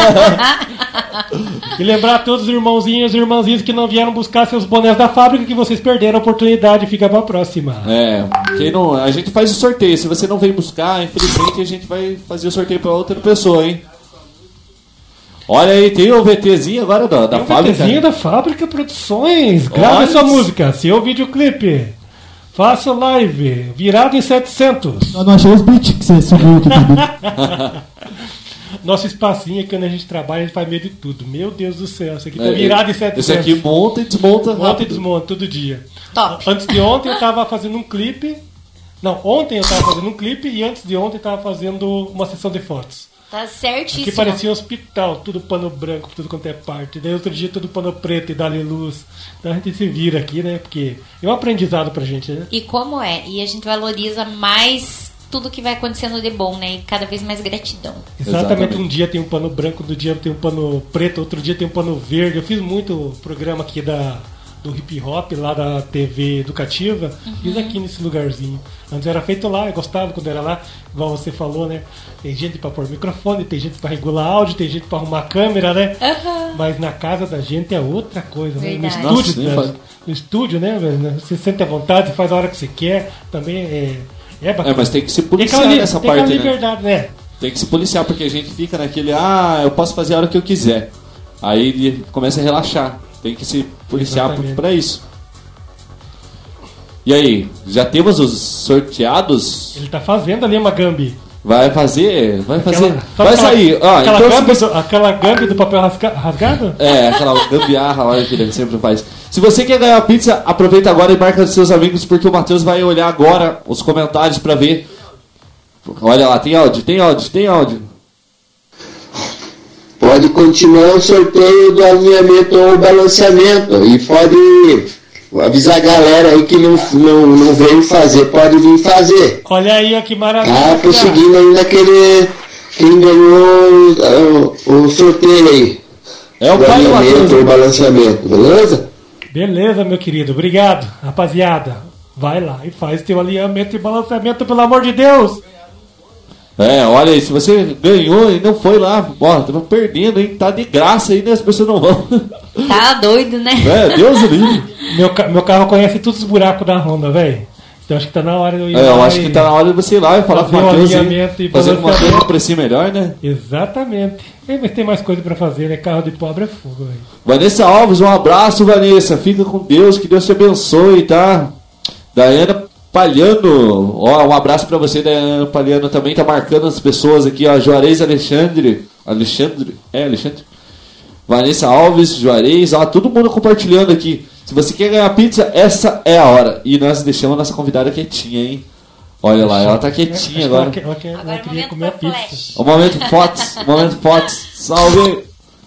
E lembrar a todos os irmãozinhos e irmãzinhas que não vieram buscar seus bonés da fábrica, que vocês perderam a oportunidade. Fica pra próxima. é, quem não, a gente faz o sorteio. Se você não vem buscar, infelizmente a gente vai fazer o sorteio pra outra pessoa, hein? Olha aí, tem o VTzinho agora da, da Tem um fábrica. VTzinho da Fábrica Produções. Grave Olha sua isso. música, seu videoclipe. Faça live, virado em setecentos. Eu não achei os beats que você subiu aqui também. Nosso espacinho aqui onde a gente trabalha, a gente faz meio de tudo. Meu Deus do céu, isso aqui tá É, virado em setecentos. Esse aqui monta e desmonta Monta e rápido. desmonta todo dia. Top. Antes de ontem eu tava fazendo um clipe. Não, ontem eu tava fazendo um clipe e antes de ontem eu tava fazendo uma sessão de fotos. Tá certíssimo. Que parecia um hospital, tudo pano branco, tudo quanto é parte. Daí outro dia tudo pano preto e dá-lhe luz. Então a gente se vira aqui, né? Porque é um aprendizado pra gente, né? E como é? E a gente valoriza mais tudo que vai acontecendo de bom, né? E cada vez mais gratidão. Exatamente, Exatamente. um dia tem um pano branco, outro dia tem um pano preto, outro dia tem um pano verde. Eu fiz muito programa aqui da, do hip hop, lá da T V educativa, fiz aqui nesse lugarzinho. Antes era feito lá, eu gostava quando era lá, igual você falou, né? Tem gente pra pôr microfone, tem gente pra regular áudio, tem gente pra arrumar câmera, né? Aham. Mas na casa da gente é outra coisa, né? No Verdade. estúdio, Nossa, nem né? faz- no estúdio, né? velho? Você sente à vontade, faz a hora que você quer, também é, é bacana. É, mas tem que se Tem policiar aquela, li- nessa tem parte, aquela né? liberdade, né? Tem que se policiar, porque a gente fica naquele, ah, eu posso fazer a hora que eu quiser. Aí ele começa a relaxar. Tem que se policiar Exatamente. pra isso. E aí, já temos os sorteados? Ele tá fazendo ali uma gambi. Vai fazer, vai fazer. Aquela- sabe vai aquela- sair. Ó, aquela, então, gambi se você- do, aquela gambi do papel rasga- rasgado? É, aquela gambiarra lá que ele sempre faz. Se você quer ganhar pizza, aproveita agora e marca os seus amigos, porque o Matheus vai olhar agora os comentários pra ver. Olha lá, tem áudio, tem áudio, tem áudio. Pode continuar o sorteio do alinhamento ou balanceamento. E pode avisar a galera aí que não, não, não veio fazer, pode vir fazer. Olha aí, ó, que maravilha. Tá prosseguindo aí naquele. Quem ganhou o, o sorteio aí. É o do pai do alinhamento Matheus. ou balanceamento, beleza? Beleza, meu querido. Obrigado, rapaziada. Vai lá e faz teu alinhamento e balanceamento, pelo amor de Deus. É, olha aí, se você ganhou e não foi lá, ó, tava perdendo, hein? Tá de graça aí, né? As pessoas não vão. Tá doido, né? É, Deus o livre. Meu, ca- meu carro conhece todos os buracos da Honda, velho. Então acho que tá na hora de eu ir É, eu lá acho e- que tá na hora de você ir lá e falar com o fazer o Matheus alinhamento aí, e fazer com o Matheus balanceamento. um precinho melhor, né? Exatamente. É, mas tem mais coisa pra fazer, né? Carro de pobre é fogo, velho. Vanessa Alves, um abraço, Vanessa. Fica com Deus, que Deus te abençoe, tá? Daiana Palhano, ó, um abraço pra você, Daiana Palhano, também tá marcando as pessoas aqui, ó. Juarez Alexandre. Alexandre? É, Alexandre? Vanessa Alves, Juarez, ó, todo mundo compartilhando aqui. Se você quer ganhar pizza, essa é a hora. E nós deixamos a nossa convidada quietinha, hein? Olha lá, ela tá quietinha Acho que agora. Ela, quer- ela, quer- ela Agora é o queria momento comer a do pizza. flash. O momento fotos, o momento fotos. Salve!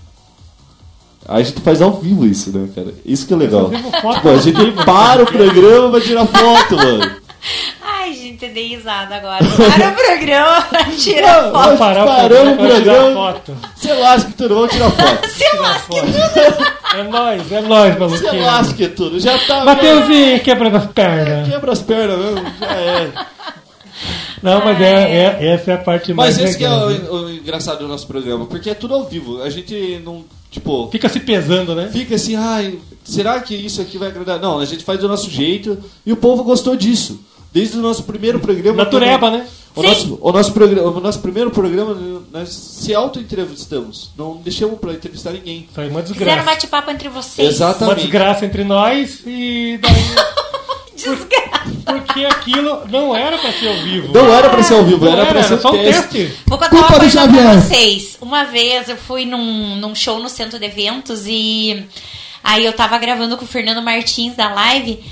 A gente faz ao vivo isso, né, cara? Isso que é legal. Fazemos foto Tipo, a ao gente vivo. para o programa pra tirar foto, mano. Ai, gente, eu dei risada agora. Para o programa pra tirar Não, foto. Vou parar Paramos o o programa pra tirar programa. foto. Você lasca tudo, vamos tirar foto. Se lasque É nóis, é nóis, Você maluquinho. lasca tudo, já tá. Mateuzinho, quebrando as pernas. Quebra as pernas mesmo, já é. Não, mas é, é- essa é a parte mais Mas esse que é legal. o, o engraçado do nosso programa, porque é tudo ao vivo. A gente não, tipo, Fica se pesando, né? fica assim, ai, será que isso aqui vai agradar? Não, a gente faz do nosso jeito e o povo gostou disso. Desde o nosso primeiro programa. Natureba, né? O Sim. nosso, o, nosso programa, o nosso primeiro programa, nós se auto-entrevistamos. Não deixamos pra entrevistar ninguém. Foi uma Fizeram desgraça. bate-papo entre vocês. Uma Exatamente. desgraça entre nós e daí. Desgraça. Porque aquilo não era pra ser ao vivo. Não era pra ser ao vivo, Não era, pra ser só um teste. teste. Vou contar Culpa uma do coisa pra Xavier. vocês. Uma vez eu fui num, num show no centro de eventos e aí eu tava gravando com o Fernando Martins da live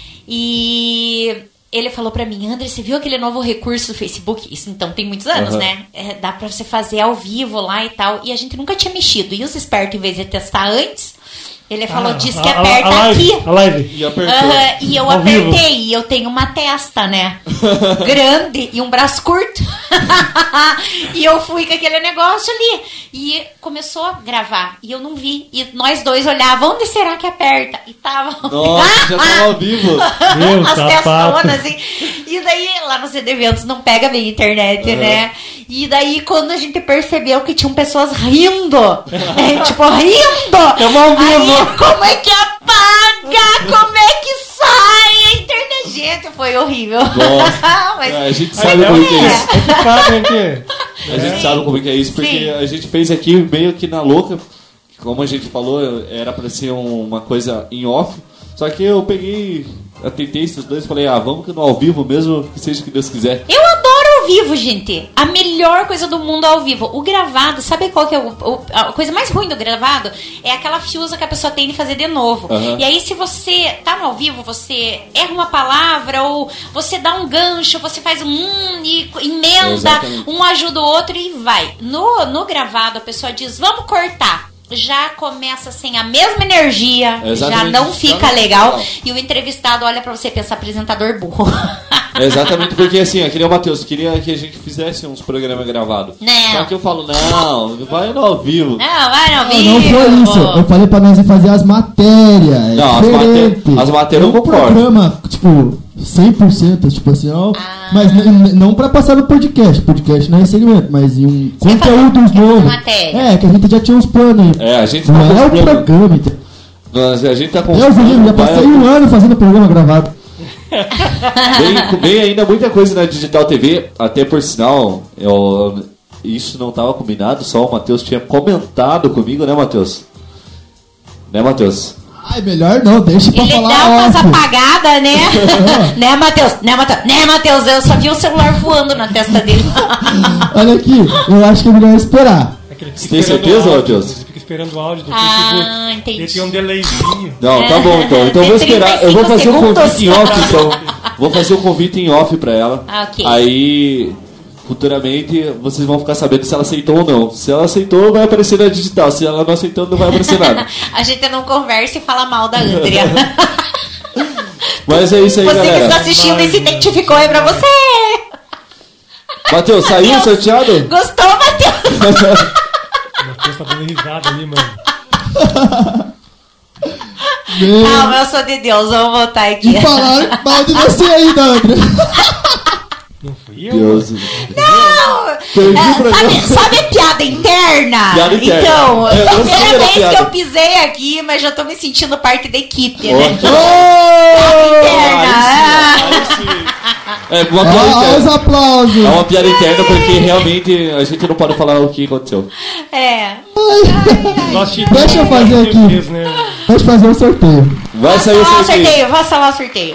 e ele falou pra mim, André, você viu aquele novo recurso do Facebook? Isso então tem muitos anos, Aham. né? É, dá pra você fazer ao vivo lá e tal. E a gente nunca tinha mexido. E os espertos, em vez de testar antes, ele falou, Ah, diz a- que a- aperta a live, aqui. A live. E apertou. Aham, e eu Ao vivo. apertei, e eu tenho uma testa, né? Grande e um braço curto. E eu fui com aquele negócio ali. E começou a gravar. E eu não vi. E nós dois olhávamos, onde será que aperta? E tava. Nossa, já tava ao vivo. Meu As sapato. testonas, assim. E daí, lá no C D Eventos não pega bem a internet, né? E daí, quando a gente percebeu que tinham pessoas rindo, é, tipo, rindo! Tamo ao vivo. Aí, como é que apaga? Como é que sai a internet? Gente, foi horrível. Nossa. Mas, A gente Aí, sabe é, como é que é isso. a gente sabe, gente. A gente sabe como é que é isso, porque Sim. a gente fez aqui meio que na louca. Como a gente falou, era pra ser um- uma coisa em off. Só que eu peguei, atentei esses dois e falei, ah, vamos que no ao vivo mesmo, que seja o que Deus quiser. eu adoro ao vivo, gente. A melhor coisa do mundo é ao vivo. O gravado, sabe qual que é o, o- a coisa mais ruim do gravado? É aquela fiusa que a pessoa tem de fazer de novo. Aham. E aí, se você tá no ao vivo, você erra uma palavra ou você dá um gancho, você faz um hum e emenda, Exatamente. um ajuda o outro e vai. No, no gravado, a pessoa diz, vamos cortar. Já começa sem a mesma energia, já Exatamente. não Já fica não- legal. não. E o entrevistado olha pra você e pensa, apresentador burro. Exatamente, porque assim, eu queria o Matheus, queria que a gente fizesse uns programas gravados. Não. Só que eu falo, não, vai no ao vivo. Não, vai no Não, vivo. não foi isso. Eu falei pra nós ir fazer as matérias. É Não, as diferente. mate- as matérias eu É um concordo. programa, tipo, cem por cento, tipo assim, ó. Ah. Mas n- n- não pra passar no podcast. Podcast não é segmento, mas em um Você conteúdos fazer uma novos. matéria. É, que a gente já tinha uns planos aí. É, a gente tá Não com é os o planos. programa, então. Nós- a gente tá com Eu, Felipe, já vai- passei um ano fazendo programa gravado. Bem, bem ainda muita coisa na Digital T V, até por sinal, eu, isso não estava combinado, só o Matheus tinha comentado comigo, né, Matheus? Né, Matheus? Ai, melhor não, deixa pra Ele falar dá umas off. apagadas, né? né, Matheus? Né, Matheus? Né, Matheus? Eu só vi o celular voando na testa dele. Olha aqui, eu acho que é melhor esperar. É que ele fica Você tem esperando certeza, o áudio, Matheus? Ele fica esperando o áudio do Ah, Facebook. entendi. Ele tem um delayzinho. Não, tá bom então. Então eu vou Tem esperar. Eu vou fazer um trinta e convite em cinco off, então. Vou fazer um convite em off pra ela. Ah, ok. Aí, futuramente, vocês vão ficar sabendo se ela aceitou ou não. Se ela aceitou, vai aparecer na digital. Se ela não aceitou, não vai aparecer nada. A gente não conversa e fala mal da Andrea. Mas é isso aí, Você que está galera. assistindo e se identificou é pra você. Matheus, saiu Matheus. sorteado? Gostou, Matheus? O Matheus tá dando risada ali, mano. Meu... Calma, eu sou de Deus, vamos voltar aqui. E falaram mal de você ainda, André. Não fui eu? Deus. Não! Perdi É, o programa. sabe, sabe a piada interna? Piada interna. Então, É, eu sei primeira da vez piada. que eu pisei aqui, mas já tô me sentindo parte da equipe, né? Oh, Interna. aí sim, aí sim. É uma piada Olha os interna. aplausos. É uma piada interna porque realmente a gente não pode falar o que aconteceu. É. Nós Deixa eu fazer aqui. Fez, né? Deixa eu fazer o sorteio. Vai Faça sair o lá o sorteio. sorteio, faça lá o sorteio.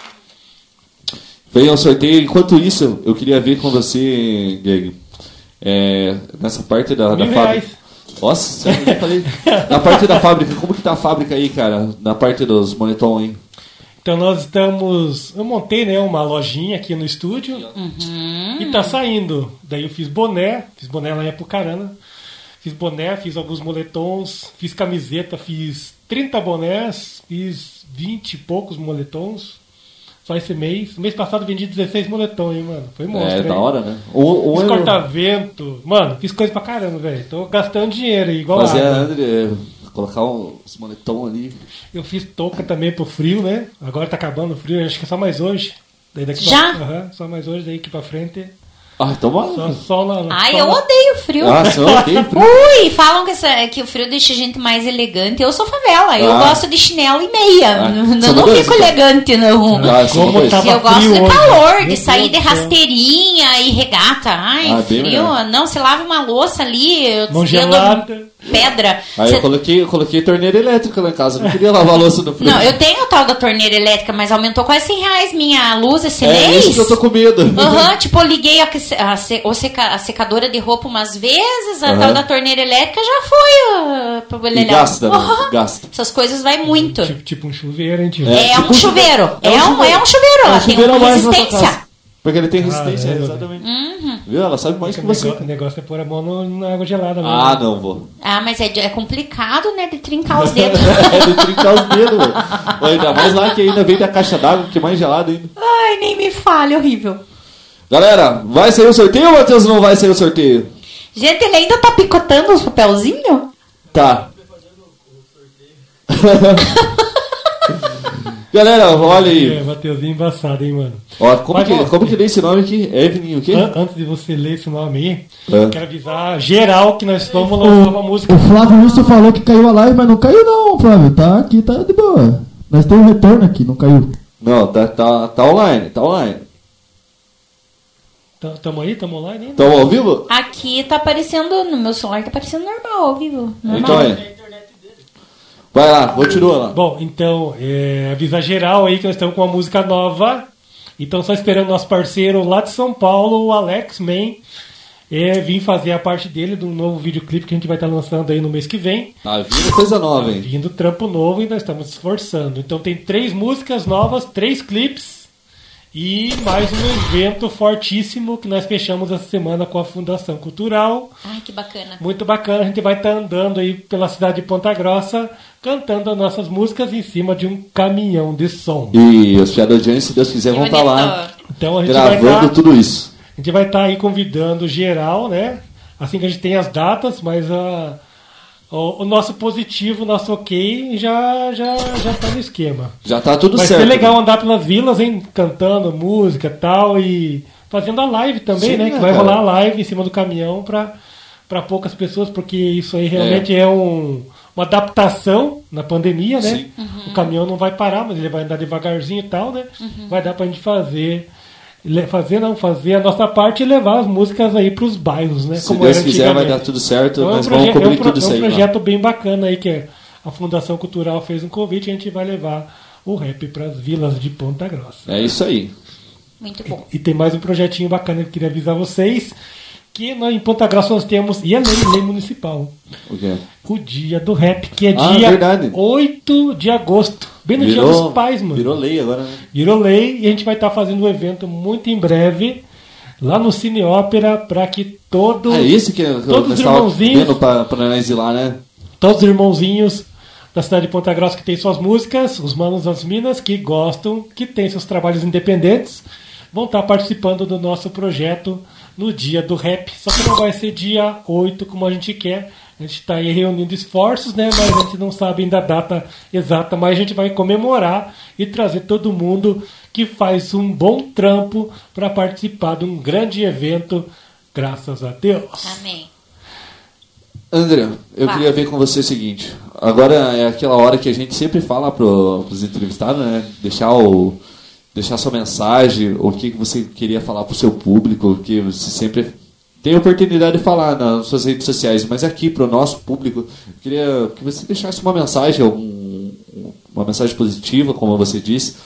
Veio o sorteio. Enquanto isso, eu queria ver com você, Greg, é, nessa parte da, da Mil fábrica. reais. Nossa, sério, eu falei. Na parte da fábrica, como que tá a fábrica aí, cara? Na parte dos moletom, hein? Então nós estamos... Eu montei, né, uma lojinha aqui no estúdio. Uhum. E tá saindo. Daí eu fiz boné. Fiz boné lá em Apucarana. Fiz boné, fiz alguns moletons. Fiz camiseta, fiz trinta bonés. Fiz vinte e poucos moletons. Só esse mês. Mês passado vendi dezesseis moletons, hein, mano. Foi monstro, É, hein? da hora, né? Um, um Fiz é- corta-vento. Mano, fiz coisa pra caramba, velho. Tô gastando dinheiro aí, igual Fazer a água. André, colocar uns moletom ali. Eu fiz touca também pro frio, né? Agora tá acabando o frio, acho que é só mais hoje. Daí daqui Já? Pra... Aham, só mais hoje, daí aqui pra frente. Ah, toma. Só, só lá. Ai, só eu lá. odeio frio. Ah, só ok. Ui, falam que, essa- que o frio deixa a gente mais elegante. Eu sou favela, eu Ah. gosto de chinelo e meia. Ah, Eu são não dois, fico então. elegante, não. Ah, são Como dois. tava Eu gosto frio de hoje. calor, Meu de sair Deus de do céu. rasteirinha e regata. Ai, Ah, bem frio. melhor. Não, você lava uma louça ali, eu Mão tendo gelada. pedra. Aí Você- eu coloquei, eu coloquei torneira elétrica lá em casa. Não queria lavar a louça no frio. Não, eu tenho o tal da torneira elétrica, mas aumentou quase cem reais minha luz esse É mês. isso que eu tô com medo. Aham, tipo, eu liguei a, a, se- o seca- a secadora de roupa umas vezes, a Aham. tal da torneira elétrica já foi uh, pro E Beleléu. gasta, né? Aham. Gasta. Essas coisas vai muito. Tipo, tipo um chuveiro, hein, tio? É, tipo um um chuveiro. chuveiro. É, um, é um chuveiro. É um Ela tem chuveiro a uma mais na sua resistência. casa. Porque ele tem resistência, Caramba. exatamente. Uhum. Viu? Ela sabe mais O que você. negócio, o negócio é pôr a mão no- na água gelada mesmo. Ah, não vou. Ah, mas é, de- é complicado, né, de trincar os dedos. É de trincar os dedos, velho. Ainda mais lá que ainda vem da caixa d'água, que é mais gelado ainda. Ai, nem me fale, horrível. Galera, vai sair o sorteio ou o Matheus não vai sair o sorteio? Gente, ele ainda tá picotando os papelzinhos? Tá. Galera, olha É, aí. Mateuzinho embaçado, hein, mano. Ó, como, Mas, que, ó, como que deu esse nome aqui? Evelyn o quê? An- Antes de você ler esse nome aí, É. quero avisar geral que nós vamos lançar uma música. O Flávio Wilson falou que caiu a live, mas não caiu não, Flávio. Tá aqui, tá de boa. Nós temos um retorno aqui, não caiu. Não, tá, tá, tá online, tá online. Tá- Tamo aí, tamo online ainda? Tamo ao vivo? Aqui tá aparecendo, no meu celular tá aparecendo normal, ao vivo. Normal. Então é. Vai lá, continua lá. Bom, então, é, avisar geral aí que nós estamos com uma música nova. Então, só esperando nosso parceiro lá de São Paulo, o Alex Man, é, vir fazer a parte dele do novo videoclipe que a gente vai estar lançando aí no mês que vem. Tá vindo coisa nova, hein? Vindo trampo novo e nós estamos esforçando. Então, tem três músicas novas, três clipes e mais um evento fortíssimo que nós fechamos essa semana com a Fundação Cultural. Ai, que bacana. Muito bacana, a gente vai estar andando aí pela cidade de Ponta Grossa, cantando as nossas músicas em cima de um caminhão de som. E os piadadinhos, se Deus quiser, Que vão estar lá bonito. Então a gente vai gravando estar tudo isso. a gente vai estar aí convidando geral, né? Assim que a gente tem as datas, mas a, o, o nosso positivo, o nosso ok já já já tá no esquema. Já tá tudo Vai certo. ser legal andar pelas vilas, hein? Cantando música e tal e fazendo a live também, Sim, né? né, Que vai cara? rolar a live em cima do caminhão para para poucas pessoas, porque isso aí realmente é, um, uma adaptação na pandemia, né? Sim. O caminhão não vai parar, mas ele vai andar devagarzinho e tal, né? Vai dar pra gente fazer, le- fazer não, fazer a nossa parte e levar as músicas aí pros bairros, né? Se Deus quiser, vai dar antigamente. tudo certo. Então, é um Nós proje- vamos cobrir é um pro- tudo isso é um aí. lá. projeto bem bacana aí que a Fundação Cultural fez um convite e a gente vai levar o rap para as vilas de Ponta Grossa. É isso aí. Muito bom. E, e tem mais um projetinho bacana que eu queria avisar vocês, que nós, em Ponta Grossa nós temos, e a lei, lei municipal, O quê? o dia do rap, que é Ah, dia verdade. oito de agosto, bem no Virou- dia dos pais, mano. Virou lei agora, né? Virou lei e a gente vai estar fazendo um evento muito em breve lá no Cine Ópera para que todos, É isso que todos os estava irmãozinhos, vendo pra, pra nós ir lá, né? todos os irmãozinhos da cidade de Ponta Grossa que tem suas músicas, os manos das minas que gostam, que tem seus trabalhos independentes, vão estar participando do nosso projeto no dia do rap. Só que não vai ser dia oito como a gente quer. A gente está aí reunindo esforços, né? Mas a gente não sabe ainda a data exata. Mas a gente vai comemorar e trazer todo mundo que faz um bom trampo para participar de um grande evento, graças a Deus. Amém. André, eu Vá. queria ver com você o seguinte. Agora é aquela hora que a gente sempre fala para os entrevistados, né? Deixar o deixar sua mensagem, o que você queria falar para o seu público, que você sempre tem a oportunidade de falar nas suas redes sociais, mas aqui para o nosso público, eu queria que você deixasse uma mensagem, um, uma mensagem positiva, como você disse.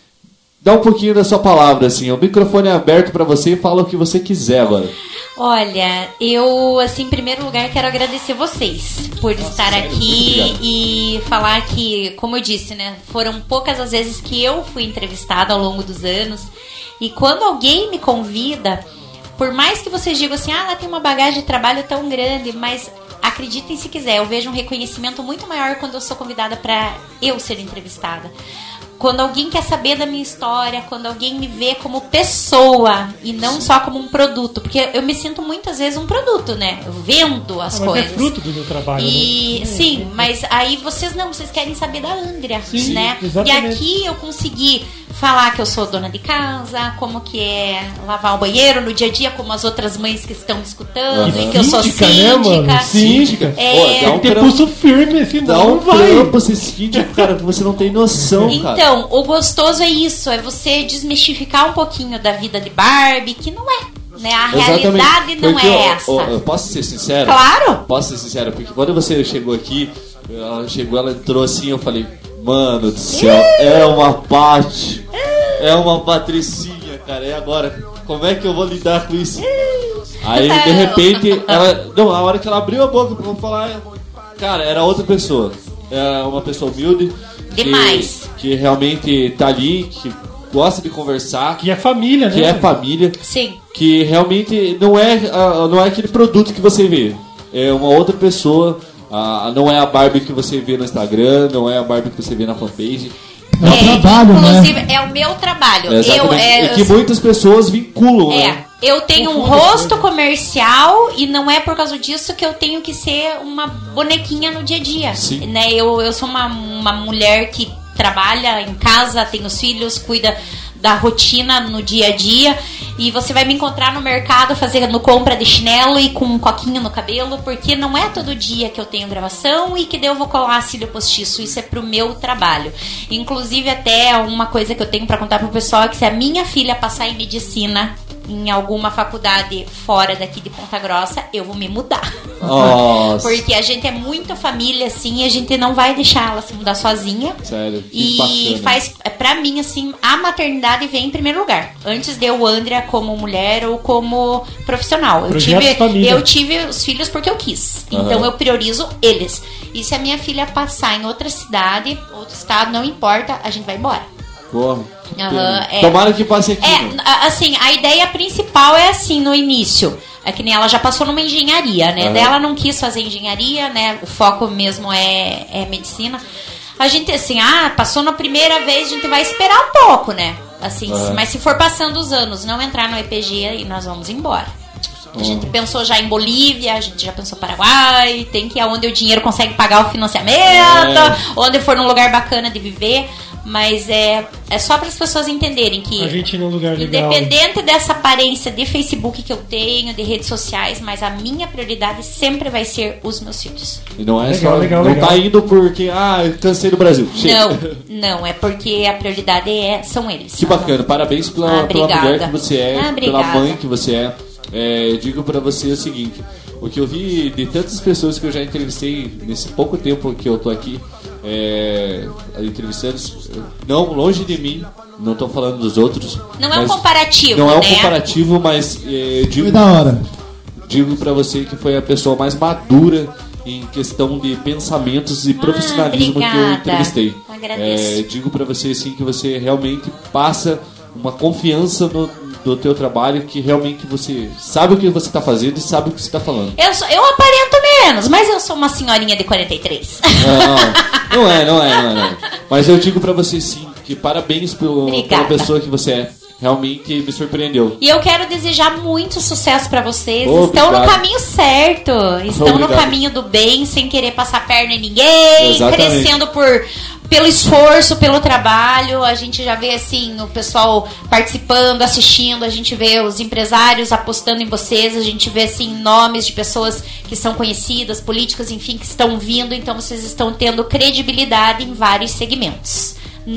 Dá um pouquinho da sua palavra, assim, o microfone é aberto para você e fala o que você quiser agora. Olha, eu, assim, em primeiro lugar, quero agradecer vocês por Nossa, estar sério? aqui Muito obrigado. e falar que, como eu disse, né, foram poucas as vezes que eu fui entrevistada ao longo dos anos. E quando alguém me convida, por mais que vocês digam assim, ah, ela tem uma bagagem de trabalho tão grande, mas acreditem se quiser, eu vejo um reconhecimento muito maior quando eu sou convidada para eu ser entrevistada. Quando alguém quer saber da minha história, quando alguém me vê como pessoa e não só como um produto. Porque eu me sinto muitas vezes um produto, né? Eu vendo as Ah, mas coisas. é fruto do meu trabalho. E né? sim, mas aí vocês não, vocês querem saber da Andrea, Sim, né? exatamente. E aqui eu consegui falar que eu sou dona de casa, como que é lavar o banheiro no dia a dia, como as outras mães que estão me escutando, Aham. e que eu sou Síndica, síndica. né, mano? Síndica. É, Pô, dá Tem um que ter trampo. pulso firme, senão Dá não um vai. trampo ser síndico, cara, que você não tem noção, cara. Então, o gostoso é isso, é você desmistificar um pouquinho da vida de Barbie, que não é, né? A realidade não Porque, é ó, essa. ó, eu posso ser sincero? Claro! Posso ser sincero, porque quando você chegou aqui, ela chegou, ela entrou assim, eu falei, mano do céu, é uma Paty, é uma Patricinha, cara, e agora? Como é que eu vou lidar com isso? Aí, de repente, ela, não, a hora que ela abriu a boca pra falar, cara, era outra pessoa. É uma pessoa humilde. que- Demais. Que, realmente tá ali, que gosta de conversar, Que é família, né? que é família. Sim. Que realmente não é, ah, não é aquele produto que você vê. É uma outra pessoa. ah, não é a Barbie que você vê no Instagram, não é a Barbie que você vê na fanpage. É o trabalho, inclusive, né? é o meu trabalho. É, eu, exatamente. é, e que eu- muitas pessoas vinculam, É, né? eu tenho um Confunde as rosto coisas. comercial e não é por causa disso que eu tenho que ser uma bonequinha no dia a dia. Sim. Né? Eu, eu sou uma, uma mulher que trabalha em casa, tem os filhos, cuida da rotina no dia a dia, e você vai me encontrar no mercado fazendo compra de chinelo e com um coquinho no cabelo, porque não é todo dia que eu tenho gravação e que daí eu vou colar cílio postiço. Isso é pro meu trabalho. Inclusive, até uma coisa que eu tenho pra contar pro pessoal é que se a minha filha passar em medicina em alguma faculdade fora daqui de Ponta Grossa, eu vou me mudar. Nossa. Porque a gente é muito família, assim, e a gente não vai deixar ela se mudar sozinha. Sério, que E bacana. faz, pra mim, assim, a maternidade vem em primeiro lugar. Antes de eu, Andrea, como mulher ou como profissional. Eu Projeto tive, família. eu tive os filhos porque eu quis. Então Aham. eu priorizo eles. E se a minha filha passar em outra cidade, outro estado, não importa, a gente vai embora. Porra, que Aham, pena. é. Tomara que passe aqui. É, né? a- assim, a ideia principal é assim, no início. É que nem ela já passou numa engenharia, né? Aham. Daí ela não quis fazer engenharia, né? O foco mesmo é, é medicina. A gente, assim, ah, passou na primeira vez, a gente vai esperar um pouco, né? Assim, Aham. mas se for passando os anos, não entrar no E P G, aí nós vamos embora. A gente pensou já em Bolívia, a gente já pensou Paraguai, tem que ir aonde o dinheiro consegue pagar o financiamento, É. onde for num lugar bacana de viver. Mas é, é só para as pessoas entenderem que A gente num lugar legal. independente dessa aparência de Facebook que eu tenho, de redes sociais, mas a minha prioridade sempre vai ser os meus filhos. E não é Legal, só. legal, não legal. tá indo porque, ah, eu cansei do Brasil. Chega. Não, não, é porque a prioridade é, são eles. Que bacana, parabéns pela, Ah, pela obrigada. mulher que você é, Ah, pela obrigada. mãe que você é. É, digo pra você o seguinte: o que eu vi de tantas pessoas que eu já entrevistei nesse pouco tempo que eu tô aqui, é, entrevistando, não, longe de mim, não tô falando dos outros. Não é um comparativo, Não é um né? comparativo, mas é, digo, Foi da hora. digo pra você que foi a pessoa mais madura em questão de pensamentos e profissionalismo ah, que eu entrevistei. Agradeço. É, digo pra você assim que você realmente passa uma confiança no, do teu trabalho, que realmente você sabe o que você tá fazendo e sabe o que você tá falando. Eu, sou, eu aparento menos, mas eu sou uma senhorinha de quarenta e três. Não, não é, não é, não é, não é. Mas eu digo pra você sim, que parabéns pelo, pela Obrigada. pessoa que você é. Realmente me surpreendeu. E eu quero desejar muito sucesso pra vocês. Obrigado. Estão no caminho certo. Estão Obrigado. no caminho do bem, sem querer passar perna em ninguém. Exatamente. Crescendo por, pelo esforço, pelo trabalho. A gente já vê assim o pessoal participando, assistindo. A gente vê os empresários apostando em vocês. A gente vê assim nomes de pessoas que são conhecidas, políticas, enfim, que estão vindo. Então vocês estão tendo credibilidade em vários segmentos.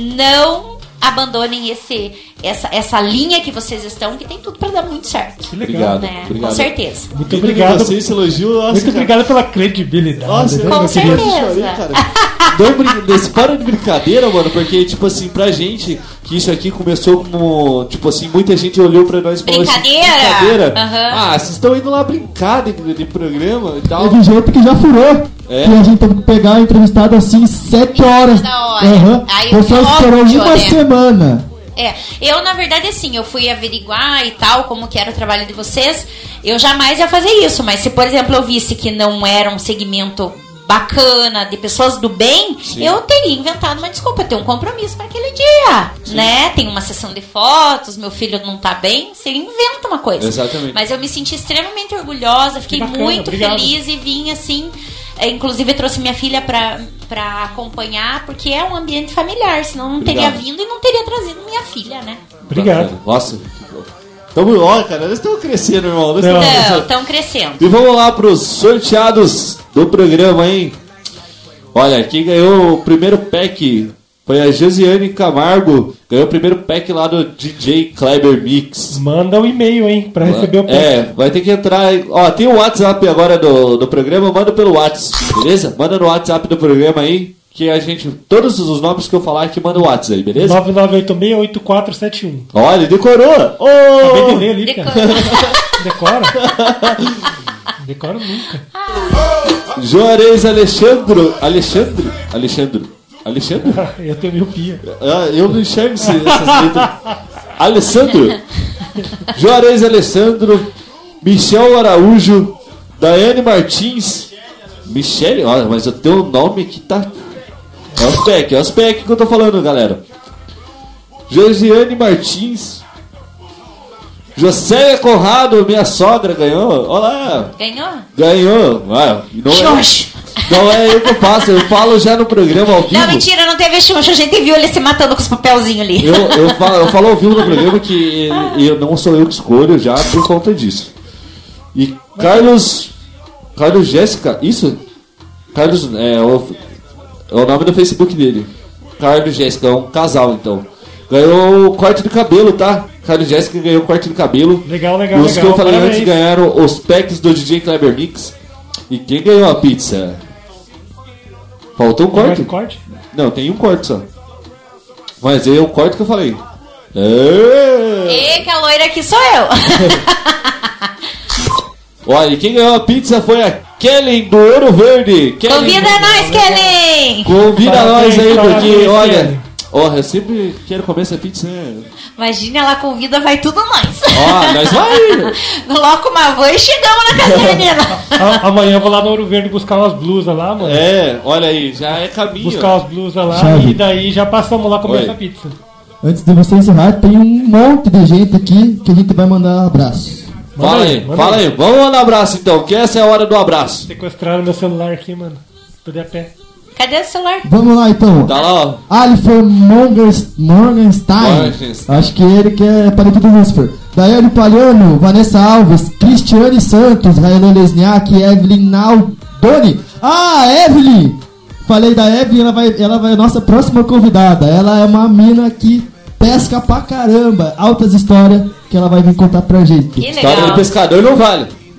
Não abandonem esse, essa, essa linha que vocês estão, que tem tudo pra dar muito certo. Que legal. Obrigado, Né? obrigado. Com certeza. Muito Vindo obrigado. de você, esse elogio, nossa, Muito cara. obrigado pela credibilidade. Nossa, né, eu meu Com querido? certeza. chorei, cara. Não, brin- desse- para de brincadeira, mano, porque, tipo assim, pra gente, que isso aqui começou como, tipo assim, muita gente olhou pra nós e falou assim, Brincadeira? brincadeira? Aham. Ah, vocês estão indo lá brincar de, de programa e tal. Teve gente que já furou. É? E a gente teve que pegar o entrevistado assim, sete horas. Da hora. Aham. Aí O pessoal óbvio, esperou uma né? semana. É, eu na verdade assim, eu fui averiguar e tal, como que era o trabalho de vocês, eu jamais ia fazer isso, mas se por exemplo eu visse que não era um segmento bacana, de pessoas do bem, Sim. eu teria inventado uma desculpa, eu tenho um compromisso para aquele dia, né? Tem uma sessão de fotos, meu filho não tá bem, você inventa uma coisa. Exatamente. Mas eu me senti extremamente orgulhosa, fiquei Que bacana, muito obrigado. feliz e vim assim, é, inclusive eu trouxe minha filha pra, pra acompanhar, porque é um ambiente familiar, senão não teria Obrigado. vindo e não teria trazido minha filha, né? Obrigado. Nossa, tamo, ó, cara, nós estamos crescendo, irmão. Nós Não. estamos Não, crescendo. estão crescendo. E vamos lá pros sorteados do programa, hein? Olha, quem ganhou o primeiro pack foi a Josiane Camargo. Ganhou o primeiro pack lá do D J Kleber Mix. Manda um e-mail, hein, pra receber o pack. É, vai ter que entrar. Ó, tem o WhatsApp agora do, do programa, manda pelo WhatsApp, beleza? Manda no WhatsApp do programa aí, que a gente. Todos os nomes que eu falar aqui, manda o WhatsApp aí, beleza? nove nove oito seis oito quatro sete um. Olha, decorou! Ô! Acabei de ler ali, Decora. cara. Decora? Decoro nunca. Juarez Alexandro. Alexandre? Alexandre. Alexandre? Eu tenho miopia. Ah, eu não enxergo esse, essas letras. Alessandro. Juarez Alessandro. Michel Araújo. Daiane Martins. Michele, olha, mas o teu nome aqui tá. É os pack, é os pack que eu tô falando, galera. Josiane Martins. José Conrado, minha sogra, ganhou. Olá, Ganhou? ganhou. Ah, não, é, Xuxa. não é eu que faço, eu falo já no programa ao vivo. Não, mentira, não teve Xuxa. A gente viu ele se matando com os papelzinhos ali. Eu, eu, falo, eu falo ao vivo no programa que eu não sou eu que escolho já por conta disso. E Carlos. Carlos Jéssica, isso? Carlos. É o, é o nome do Facebook dele. Carlos Jéssica, é um casal então. Ganhou o corte de cabelo, tá? Carlos Jéssica ganhou o corte de cabelo. Legal, legal, E os legal. que eu falei Parabéns. antes ganharam os packs do D J Kleber Mix. E quem ganhou a pizza? Faltou um corte? Mais corte? Não, tem um corte só. Mas é o corte que eu falei. É. E que a loira aqui sou eu. Olha, e quem ganhou a pizza foi a Kellen do Ouro Verde. Kellen, Convida nós, Kellen! Convida Parabéns, nós aí, porque parabéns, olha. Kellen. Ó, eu sempre quero comer essa pizza, né? Imagina, ela convida, vai tudo nós. Ó, nós vai! Coloca uma van e chegamos na casa da menina. A- Amanhã eu vou lá no Ouro Verde buscar umas blusas lá, mano. É, olha aí, já é caminho. Buscar umas blusas lá Chave. e daí já passamos lá comer Oi. essa pizza. Antes de você encerrar, tem um monte de gente aqui que a gente vai mandar abraço. Manda Fala aí, aí, manda fala aí. Vamos mandar um abraço então, que essa é a hora do abraço. Sequestraram meu celular aqui, mano. Tô de a pé. Cadê o celular? Vamos lá então. Tá lá, ó. Alifer Morgens- Morgenstein. Morgenstein. Acho que ele que é parente do Lucifer. Daiane Palhano, Vanessa Alves, Cristiane Santos, Raelo Lesniak, Evelyn Naldoni. Ah, Evelyn! Falei da Evelyn, ela vai, ela vai, nossa próxima convidada. Ela é uma mina que pesca pra caramba. Altas histórias que ela vai vir contar pra gente. Que História de legal. pescador não vale.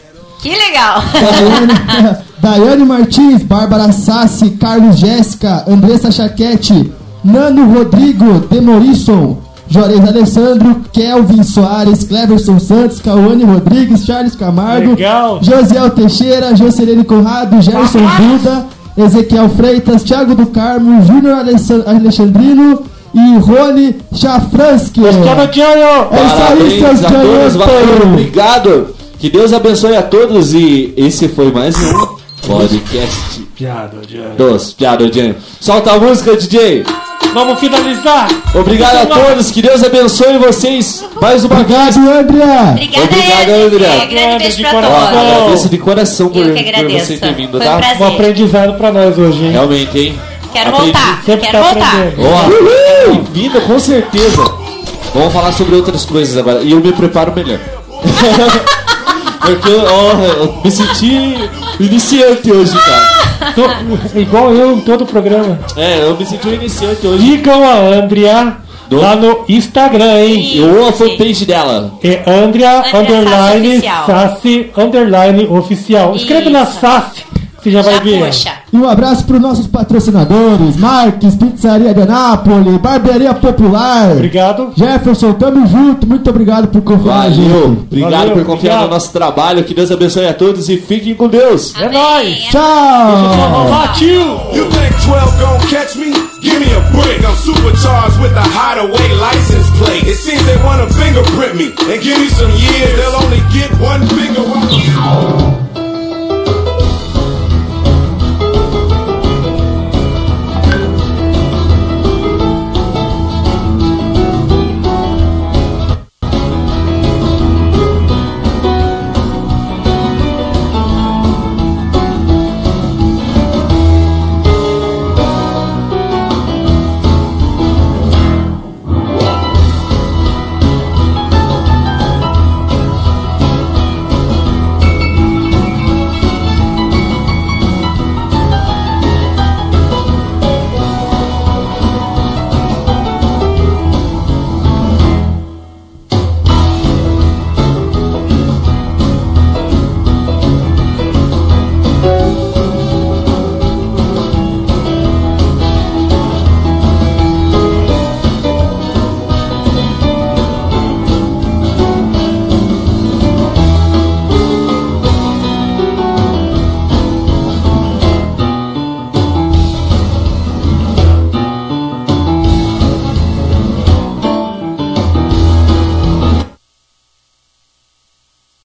Que legal. Daiane, Daiane Martins, Bárbara Sassi, Carlos Jéssica, Andressa Chaquete, Nano Rodrigo, Demorisson, Juarez Alessandro, Kelvin Soares, Cleverson Santos, Cauane Rodrigues, Charles Camargo, Legal. Josiel Teixeira, Jocelene Conrado, Gerson Duda, Ezequiel Freitas, Thiago do Carmo, Júnior Alexandrino e Rony Chafransky. É Parabéns isso aí, seus a todos, valeu, garotos. obrigado. Que Deus abençoe a todos e esse foi mais um podcast Piada, Diane. dos Piada Diane. Solta a música, D J. Vamos finalizar. Obrigado a todos, que Deus abençoe vocês mais uma vez. Obrigado, André. Obrigada, Obrigado, André. André. Grande beijo De pra coração. Ó, todos. agradeço de coração por, Eu que por agradeço. você ter vindo, Foi um tá? prazer. Um aprendizado pra nós hoje, hein? Realmente, hein? Quero Aprendi- voltar. Sempre Quero tá voltar. aprendendo. Ó, bem-vindo, com certeza. Vamos falar sobre outras coisas agora. E eu me preparo melhor. Porque ó, eu me senti iniciante hoje, cara. Tô- igual eu em todo o programa. É, eu me senti um iniciante hoje. Sigam a Andrea Do- lá no Instagram, hein? Eu a fanpage dela. É Andrea, Andrea underline Sassi oficial. Sassi underline oficial. Escreve na Isso. Sassi, você já, vai Já ver. puxa. E um abraço para os nossos patrocinadores: Marques, Pizzaria de Anápolis, Barbearia Popular. Obrigado. Jefferson, tamo junto. Muito obrigado por confiar, Valeu. gente. Obrigado Valeu, por confiar obrigado. no nosso trabalho. Que Deus abençoe a todos e fiquem com Deus. É Amém. nóis. Tchau. Batiu. You think twelve gon' catch me? Give me a break. I'm supercharged with a hideaway license plate. It seems they wanna fingerprint me and give me some years. They'll only get one finger.